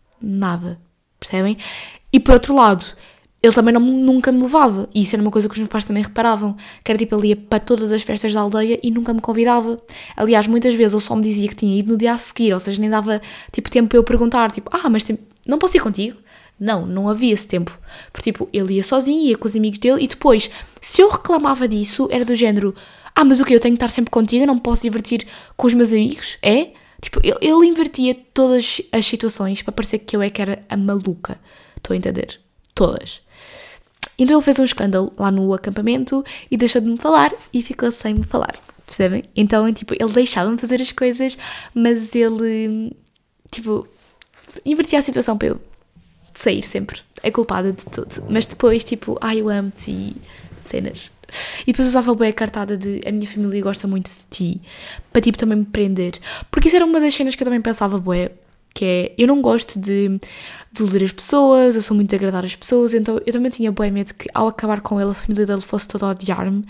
nada, percebem? E por outro lado, ele também nunca me levava. E isso era uma coisa que os meus pais também reparavam. Que era tipo, ele ia para todas as festas da aldeia e nunca me convidava. Aliás, muitas vezes ele só me dizia que tinha ido no dia a seguir. Ou seja, nem dava tipo tempo para eu perguntar. Tipo, mas não posso ir contigo? Não havia esse tempo. Porque tipo, ele ia sozinho, ia com os amigos dele. E depois, se eu reclamava disso, era do género... mas o quê? Eu tenho que estar sempre contigo? Eu não me posso divertir com os meus amigos? É? Tipo, ele invertia todas as situações para parecer que eu é que era a maluca. Estou a entender? Todas. Então ele fez um escândalo lá no acampamento e deixou de me falar e ficou sem me falar, percebem? Então, tipo, ele deixava-me fazer as coisas, mas ele, tipo, invertia a situação para eu sair sempre, é culpada de tudo. Mas depois, tipo, eu amo-te e cenas. E depois usava bem a cartada de a minha família gosta muito de ti, para, tipo, também me prender. Porque isso era uma das cenas que eu também pensava, bué, que é, eu não gosto de desiludir as pessoas, eu sou muito de agradar as pessoas, então eu também tinha bué medo que ao acabar com ele, a família dele fosse toda a odiar-me.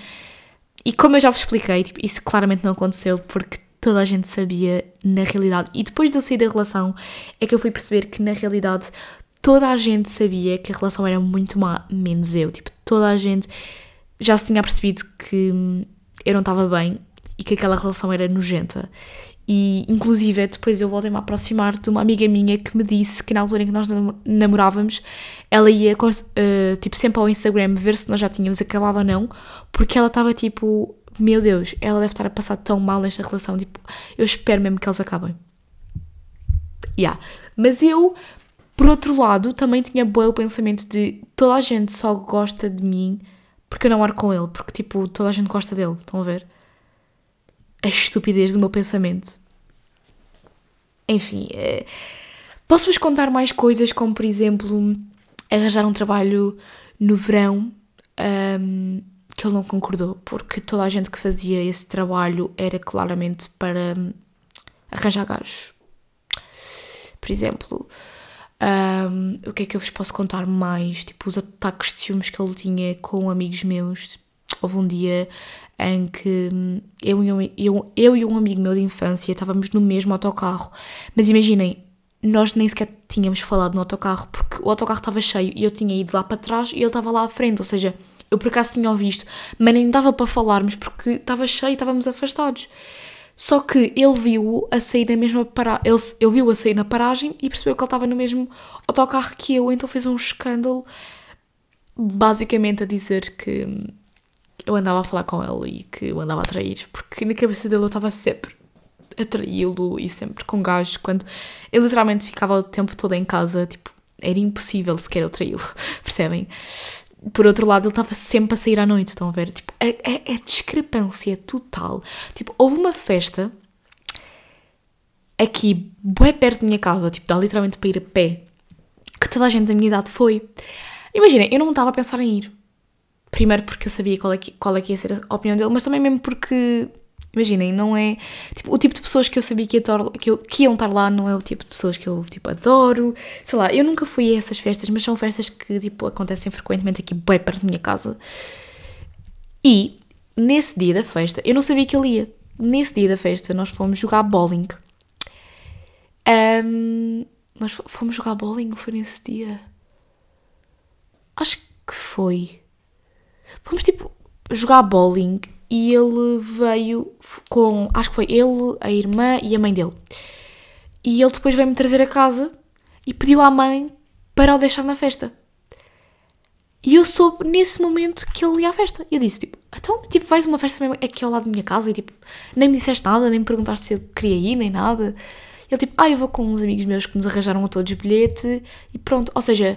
E como eu já vos expliquei, tipo, isso claramente não aconteceu, porque toda a gente sabia na realidade. E depois de eu sair da relação, é que eu fui perceber que na realidade toda a gente sabia que a relação era muito má, menos eu. Tipo, toda a gente já se tinha percebido que eu não estava bem e que aquela relação era nojenta. E, inclusive, depois eu voltei-me a aproximar de uma amiga minha que me disse que na altura em que nós namorávamos, ela ia, tipo, sempre ao Instagram ver se nós já tínhamos acabado ou não, porque ela estava tipo, meu Deus, ela deve estar a passar tão mal nesta relação, tipo, eu espero mesmo que eles acabem. Mas eu, por outro lado, também tinha bué o pensamento de toda a gente só gosta de mim porque eu não moro com ele, porque, tipo, toda a gente gosta dele, estão a ver? A estupidez do meu pensamento. Enfim, posso-vos contar mais coisas, como, por exemplo, arranjar um trabalho no verão, que ele não concordou, porque toda a gente que fazia esse trabalho era claramente para arranjar gajos. Por exemplo, o que é que eu vos posso contar mais? Tipo, os ataques de ciúmes que ele tinha com amigos meus. Houve um dia em que eu e um amigo meu de infância estávamos no mesmo autocarro. Mas imaginem, nós nem sequer tínhamos falado no autocarro, porque o autocarro estava cheio e eu tinha ido lá para trás e ele estava lá à frente. Ou seja, eu por acaso tinha ouvido, mas nem dava para falarmos porque estava cheio e estávamos afastados. Só que ele viu a sair da mesma paragem, ele viu a sair na paragem e percebeu que ele estava no mesmo autocarro que eu, então fez um escândalo, basicamente a dizer que eu andava a falar com ele e que eu andava a trair, porque na cabeça dele eu estava sempre a traí-lo e sempre com gajos, quando eu literalmente ficava o tempo todo em casa, tipo, era impossível sequer eu traí-lo, percebem? Por outro lado, ele estava sempre a sair à noite, estão a ver? Tipo, a discrepância total. Tipo, houve uma festa aqui, bem perto da minha casa, tipo, dá literalmente para ir a pé, que toda a gente da minha idade foi. Imaginem, eu não estava a pensar em ir. Primeiro porque eu sabia qual é que ia ser a opinião dele, mas também mesmo porque, imaginem, não é... Tipo, o tipo de pessoas que eu sabia que iam estar lá não é o tipo de pessoas que eu, tipo, adoro. Sei lá, eu nunca fui a essas festas, mas são festas que, tipo, acontecem frequentemente aqui bem perto da minha casa. E, nesse dia da festa, eu não sabia que ele ia. Nesse dia da festa, nós fomos jogar bowling. Nós fomos jogar bowling, ou foi nesse dia? Acho que foi. Fomos, tipo, jogar bowling e ele veio com... Acho que foi ele, a irmã e a mãe dele. E ele depois veio-me trazer a casa e pediu à mãe para o deixar na festa. E eu soube nesse momento que ele ia à festa. E eu disse, tipo, então, tipo, vais a uma festa mesmo aqui ao lado da minha casa e, tipo, nem me disseste nada, nem me perguntaste se eu queria ir, nem nada. E ele, tipo, eu vou com uns amigos meus que nos arranjaram a todos bilhete e pronto. Ou seja...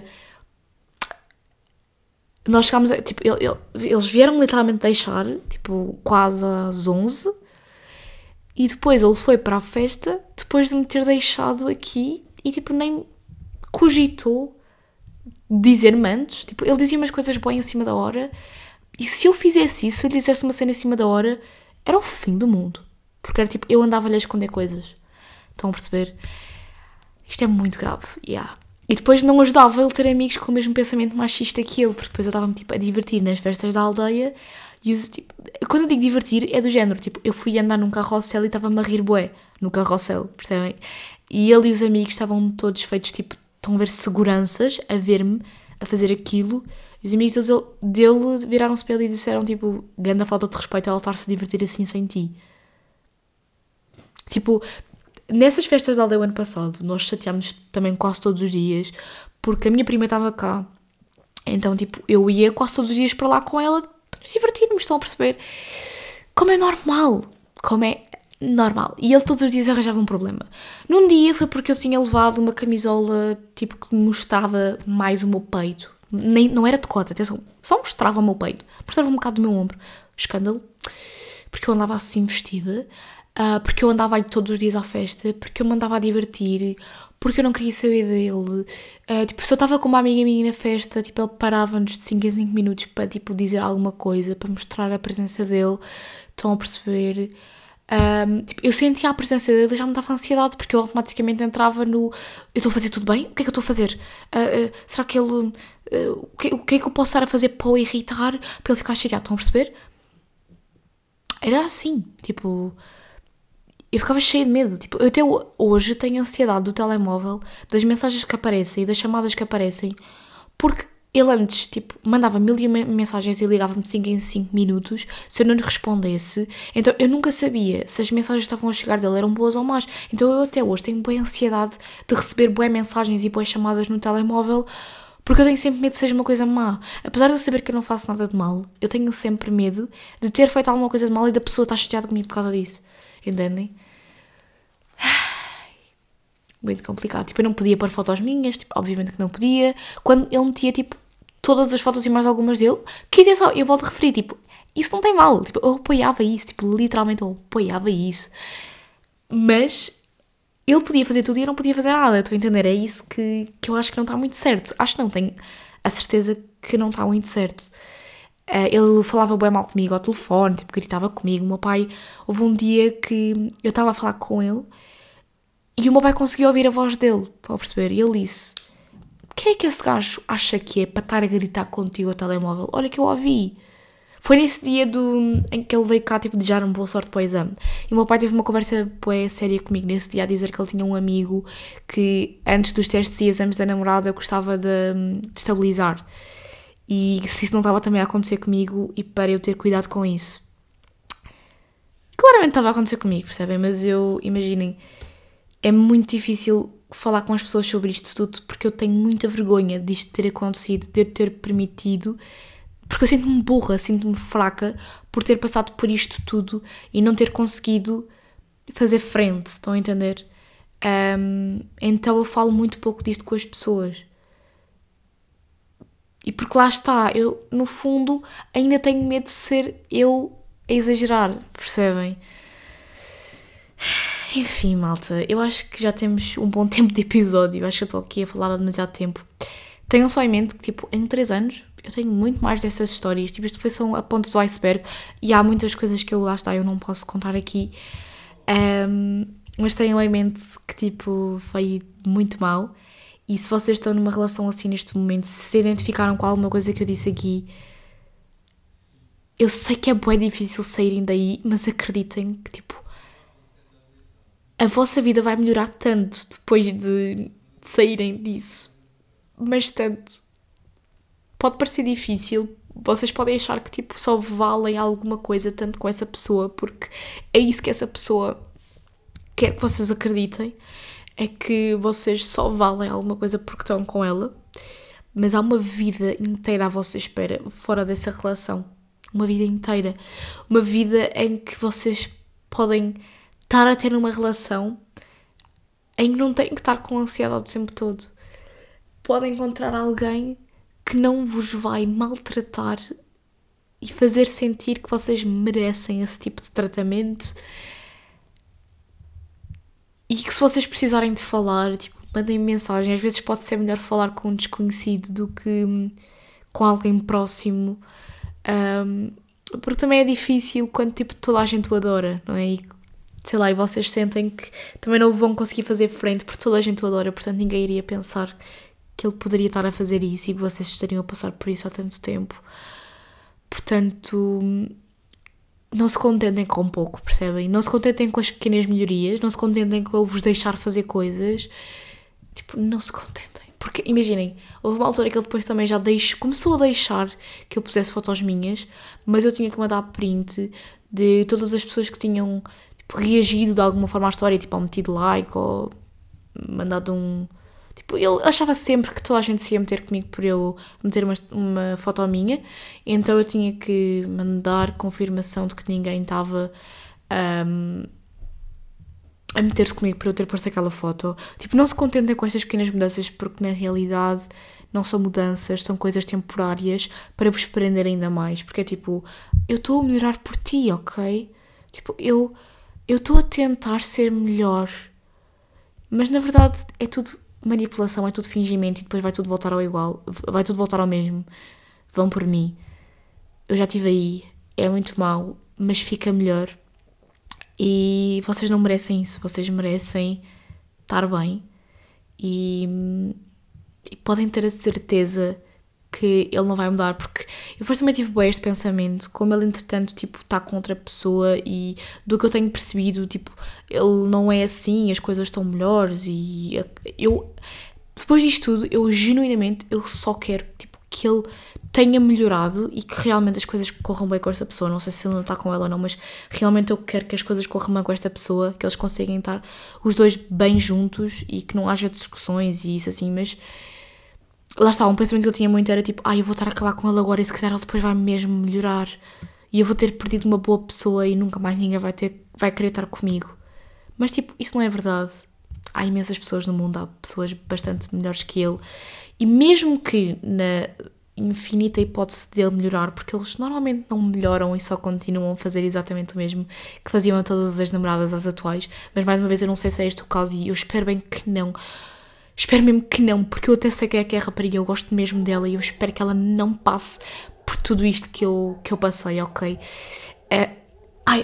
Nós chegámos a, tipo, eles vieram literalmente deixar, tipo, quase às 11. E depois ele foi para a festa, depois de me ter deixado aqui e, tipo, nem cogitou dizer-me antes. Tipo, ele dizia umas coisas bem em cima da hora. E se eu fizesse isso, se eu dissesse uma cena em cima da hora, era o fim do mundo. Porque era tipo, eu andava-lhe a esconder coisas. Estão a perceber? Isto é muito grave, yeah. E depois não ajudava ele ter amigos com o mesmo pensamento machista que ele, porque depois eu estava-me, tipo, a divertir nas festas da aldeia e tipo, quando eu digo divertir é do género, tipo, eu fui andar num carrossel e estava-me a rir bué no carrossel, percebem? E ele e os amigos estavam todos feitos, tipo, estão a ver seguranças, a ver-me, a fazer aquilo, e os amigos dele viraram-se para ele e disseram, tipo, grande falta de respeito ela estar-se a divertir assim sem ti. Tipo... Nessas festas da aldeia o ano passado, nós chateámos também quase todos os dias, porque a minha prima estava cá. Então, tipo, eu ia quase todos os dias para lá com ela para nos divertirmos, estão a perceber? Como é normal. E ele todos os dias arranjava um problema. Num dia foi porque eu tinha levado uma camisola, tipo, que mostrava mais o meu peito. Não era decote, atenção, só mostrava o meu peito. Mostrava um bocado do meu ombro. Escândalo. Porque eu andava assim vestida... porque eu andava aí todos os dias à festa, porque eu me andava a divertir, porque eu não queria saber dele. Tipo, se eu estava com uma amiga minha na festa, tipo, ele parava-nos de 5 em 5 minutos para, tipo, dizer alguma coisa, para mostrar a presença dele. Estão a perceber? Tipo, eu sentia a presença dele e já me dava ansiedade, porque eu automaticamente entrava no... Eu estou a fazer tudo bem? O que é que eu estou a fazer? Será que ele... o que é que eu posso estar a fazer para o irritar, para ele ficar chateado? Estão a perceber? Era assim, tipo... Eu ficava cheia de medo. Tipo, eu até hoje tenho ansiedade do telemóvel, das mensagens que aparecem e das chamadas que aparecem, porque ele antes, tipo, mandava 1000 mensagens e ligava-me de 5 em 5 minutos se eu não lhe respondesse. Então eu nunca sabia se as mensagens que estavam a chegar dele eram boas ou más. Então eu até hoje tenho boa ansiedade de receber boas mensagens e boas chamadas no telemóvel, porque eu tenho sempre medo de seja uma coisa má. Apesar de eu saber que eu não faço nada de mal, eu tenho sempre medo de ter feito alguma coisa de mal e da pessoa estar chateada comigo por causa disso. Entendem? Muito complicado. Tipo, eu não podia pôr fotos minhas, tipo, obviamente que não podia. Quando ele metia, tipo, todas as fotos e mais algumas dele, que atenção, eu volto a referir, tipo, isso não tem mal, tipo, eu apoiava isso, tipo, literalmente eu apoiava isso. Mas ele podia fazer tudo e eu não podia fazer nada, estou a entender? É isso que eu acho que não está muito certo. Acho que não, tenho a certeza que não está muito certo. Ele falava bem mal comigo ao telefone, tipo, gritava comigo. O meu pai, houve um dia que eu estava a falar com ele e o meu pai conseguiu ouvir a voz dele, estão a perceber? E ele disse: o que é que esse gajo acha que é para estar a gritar contigo ao telemóvel? Olha que eu ouvi. Foi nesse dia em que ele veio cá, tipo, desejar-me boa sorte para o exame. E o meu pai teve uma conversa bué séria comigo nesse dia, a dizer que ele tinha um amigo que, antes dos testes e exames da namorada, gostava de estabilizar. E se isso não estava também a acontecer comigo, e para eu ter cuidado com isso. Claramente estava a acontecer comigo, percebem? Mas imaginem, é muito difícil falar com as pessoas sobre isto tudo, porque eu tenho muita vergonha disto ter acontecido, de eu ter permitido. Porque eu sinto-me burra, sinto-me fraca por ter passado por isto tudo e não ter conseguido fazer frente, estão a entender? Então eu falo muito pouco disto com as pessoas. E porque lá está, eu no fundo ainda tenho medo de ser eu a exagerar, percebem? Enfim, malta, eu acho que já temos um bom tempo de episódio, eu acho que eu estou aqui a falar há demasiado tempo. Tenham só em mente que, tipo, em 3 anos eu tenho muito mais dessas histórias. Tipo, isto foi só a ponta do iceberg e há muitas coisas que lá está, eu não posso contar aqui. Mas tenham em mente que, tipo, foi muito mal. E se vocês estão numa relação assim neste momento, se identificaram com alguma coisa que eu disse aqui, eu sei que é bué difícil saírem daí, mas acreditem que, tipo, a vossa vida vai melhorar tanto depois de saírem disso. Mas tanto. Pode parecer difícil, vocês podem achar que tipo só valem alguma coisa tanto com essa pessoa, porque é isso que essa pessoa quer que vocês acreditem, é que vocês só valem alguma coisa porque estão com ela, mas há uma vida inteira à vossa espera fora dessa relação, uma vida inteira, uma vida em que vocês podem estar a ter uma relação em que não têm que estar com ansiedade o tempo todo. Podem encontrar alguém que não vos vai maltratar e fazer sentir que vocês merecem esse tipo de tratamento e que se vocês precisarem de falar, tipo, mandem mensagem. Às vezes pode ser melhor falar com um desconhecido do que com alguém próximo, porque também é difícil quando tipo toda a gente o adora, não é? E, sei lá, e vocês sentem que também não vão conseguir fazer frente porque toda a gente o adora, portanto ninguém iria pensar que ele poderia estar a fazer isso e que vocês estariam a passar por isso há tanto tempo. Portanto, não se contentem com pouco, percebem? Não se contentem com as pequenas melhorias, não se contentem com ele vos deixar fazer coisas. Tipo, não se contentem. Porque, imaginem, houve uma altura que ele depois também já começou a deixar que eu pusesse fotos minhas, mas eu tinha que mandar print de todas as pessoas que tinham tipo, reagido de alguma forma à história, tipo, ou metido like, ou mandado Tipo, ele achava sempre que toda a gente se ia meter comigo por eu meter uma foto minha, então eu tinha que mandar confirmação de que ninguém estava a meter-se comigo para eu ter posto aquela foto. Tipo, não se contentem com estas pequenas mudanças, porque na realidade não são mudanças, são coisas temporárias para vos prender ainda mais. Porque é tipo, eu estou a melhorar por ti, ok? Tipo, eu estou a tentar ser melhor, mas na verdade é tudo manipulação, é tudo fingimento e depois vai tudo voltar ao igual, vai tudo voltar ao mesmo. Vão por mim. Eu já estive aí, é muito mau, mas fica melhor. E vocês não merecem isso, vocês merecem estar bem e podem ter a certeza que ele não vai mudar, porque eu depois também tive bem este pensamento, como ele entretanto tipo está com outra pessoa e do que eu tenho percebido, tipo, ele não é assim, as coisas estão melhores e eu, depois disto tudo, eu genuinamente, eu só quero tipo, que ele tenha melhorado e que realmente as coisas corram bem com esta pessoa. Não sei se ele não está com ela ou não, mas realmente eu quero que as coisas corram bem com esta pessoa, que eles consigam estar os dois bem juntos e que não haja discussões e isso assim, mas lá está, um pensamento que eu tinha muito era tipo, eu vou estar a acabar com ele agora e se calhar ele depois vai mesmo melhorar e eu vou ter perdido uma boa pessoa e nunca mais ninguém vai querer estar comigo. Mas tipo, isso não é verdade. Há imensas pessoas no mundo, há pessoas bastante melhores que ele e mesmo que infinita hipótese dele melhorar, porque eles normalmente não melhoram e só continuam a fazer exatamente o mesmo que faziam a todas as ex-namoradas, as atuais. Mas mais uma vez, eu não sei se é este o caso e eu espero bem que não. Espero mesmo que não, porque eu até sei que é a rapariga, eu gosto mesmo dela e eu espero que ela não passe por tudo isto que eu passei, ok? Ai...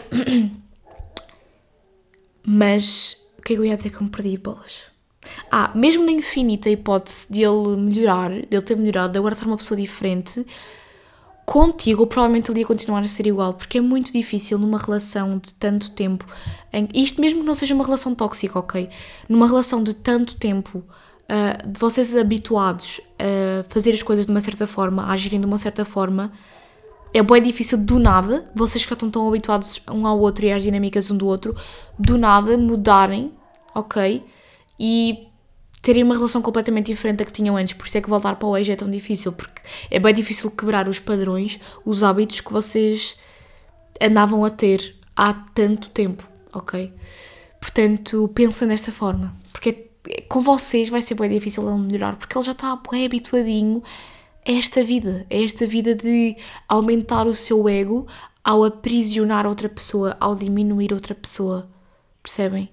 Mas, o que é que eu ia dizer que eu me perdi, bolas? Mesmo na infinita hipótese de ele melhorar, de ele ter melhorado, de agora estar uma pessoa diferente, contigo provavelmente ele ia continuar a ser igual, porque é muito difícil numa relação de tanto tempo, isto mesmo que não seja uma relação tóxica, ok? Numa relação de tanto tempo, de vocês habituados a fazer as coisas de uma certa forma, a agirem de uma certa forma, é bem difícil do nada, vocês que estão tão habituados um ao outro e às dinâmicas um do outro, do nada mudarem, ok? E terem uma relação completamente diferente da que tinham antes. Por isso é que voltar para o ex é tão difícil, porque é bem difícil quebrar os padrões, os hábitos que vocês andavam a ter há tanto tempo, ok? Portanto, pensa nesta forma, porque com vocês vai ser bem difícil ele melhorar, porque ele já está bem habituadinho a esta vida de aumentar o seu ego ao aprisionar outra pessoa, ao diminuir outra pessoa, percebem?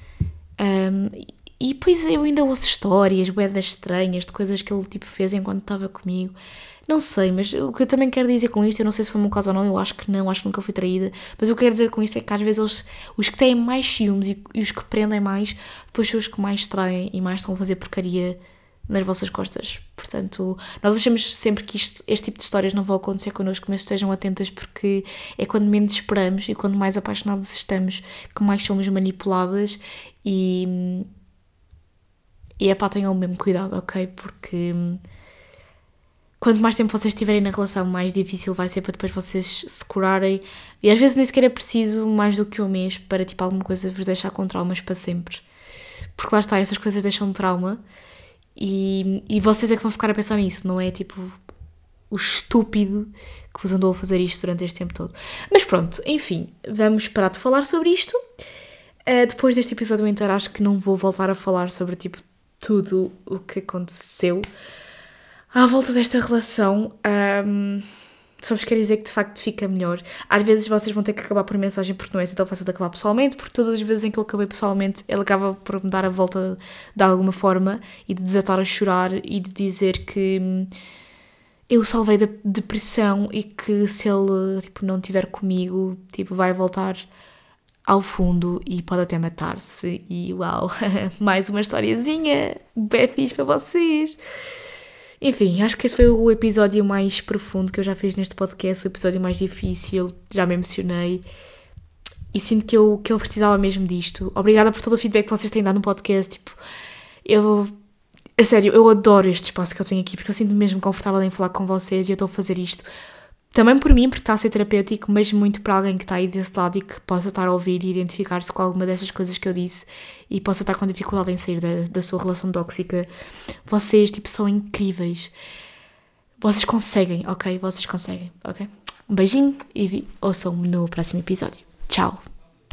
E depois eu ainda ouço histórias buedas estranhas de coisas que ele tipo fez enquanto estava comigo. Não sei, mas o que eu também quero dizer com isto, eu não sei se foi o meu caso ou não, eu acho que não, acho que nunca fui traída, mas o que eu quero dizer com isto é que às vezes os que têm mais ciúmes e os que prendem mais, depois são os que mais traem e mais estão a fazer porcaria nas vossas costas. Portanto, nós achamos sempre que este tipo de histórias não vão acontecer connosco, mas estejam atentas porque é quando menos esperamos e quando mais apaixonados estamos que mais somos manipuladas e tenham o mesmo cuidado, ok? Porque quanto mais tempo vocês estiverem na relação, mais difícil vai ser para depois vocês se curarem. E às vezes nem sequer é preciso mais do que um mês para tipo alguma coisa vos deixar com traumas para sempre. Porque lá está, essas coisas deixam trauma e vocês é que vão ficar a pensar nisso, não é tipo o estúpido que vos andou a fazer isto durante este tempo todo. Mas pronto, enfim, vamos parar de falar sobre isto. Depois deste episódio inteiro acho que não vou voltar a falar sobre tipo tudo o que aconteceu à volta desta relação. Só vos quero dizer que de facto fica melhor. Às vezes vocês vão ter que acabar por mensagem porque não é assim tão fácil de acabar pessoalmente, porque todas as vezes em que eu acabei pessoalmente ele acaba por me dar a volta de alguma forma e de desatar a chorar e de dizer que eu o salvei da depressão e que se ele tipo, não estiver comigo tipo, vai voltar ao fundo e pode até matar-se. E uau, mais uma historiazinha bem fixe para vocês. Enfim, acho que este foi o episódio mais profundo que eu já fiz neste podcast, o episódio mais difícil, já me emocionei e sinto que eu precisava mesmo disto. Obrigada por todo o feedback que vocês têm dado no podcast, tipo, a sério, eu adoro este espaço que eu tenho aqui, porque eu sinto-me mesmo confortável em falar com vocês e eu estou a fazer isto também por mim, porque está a ser terapêutico, mas muito para alguém que está aí desse lado e que possa estar a ouvir e identificar-se com alguma dessas coisas que eu disse e possa estar com dificuldade em sair da sua relação tóxica. Vocês, tipo, são incríveis. Vocês conseguem, ok? Vocês conseguem, ok? Um beijinho e ouçam-me no próximo episódio. Tchau!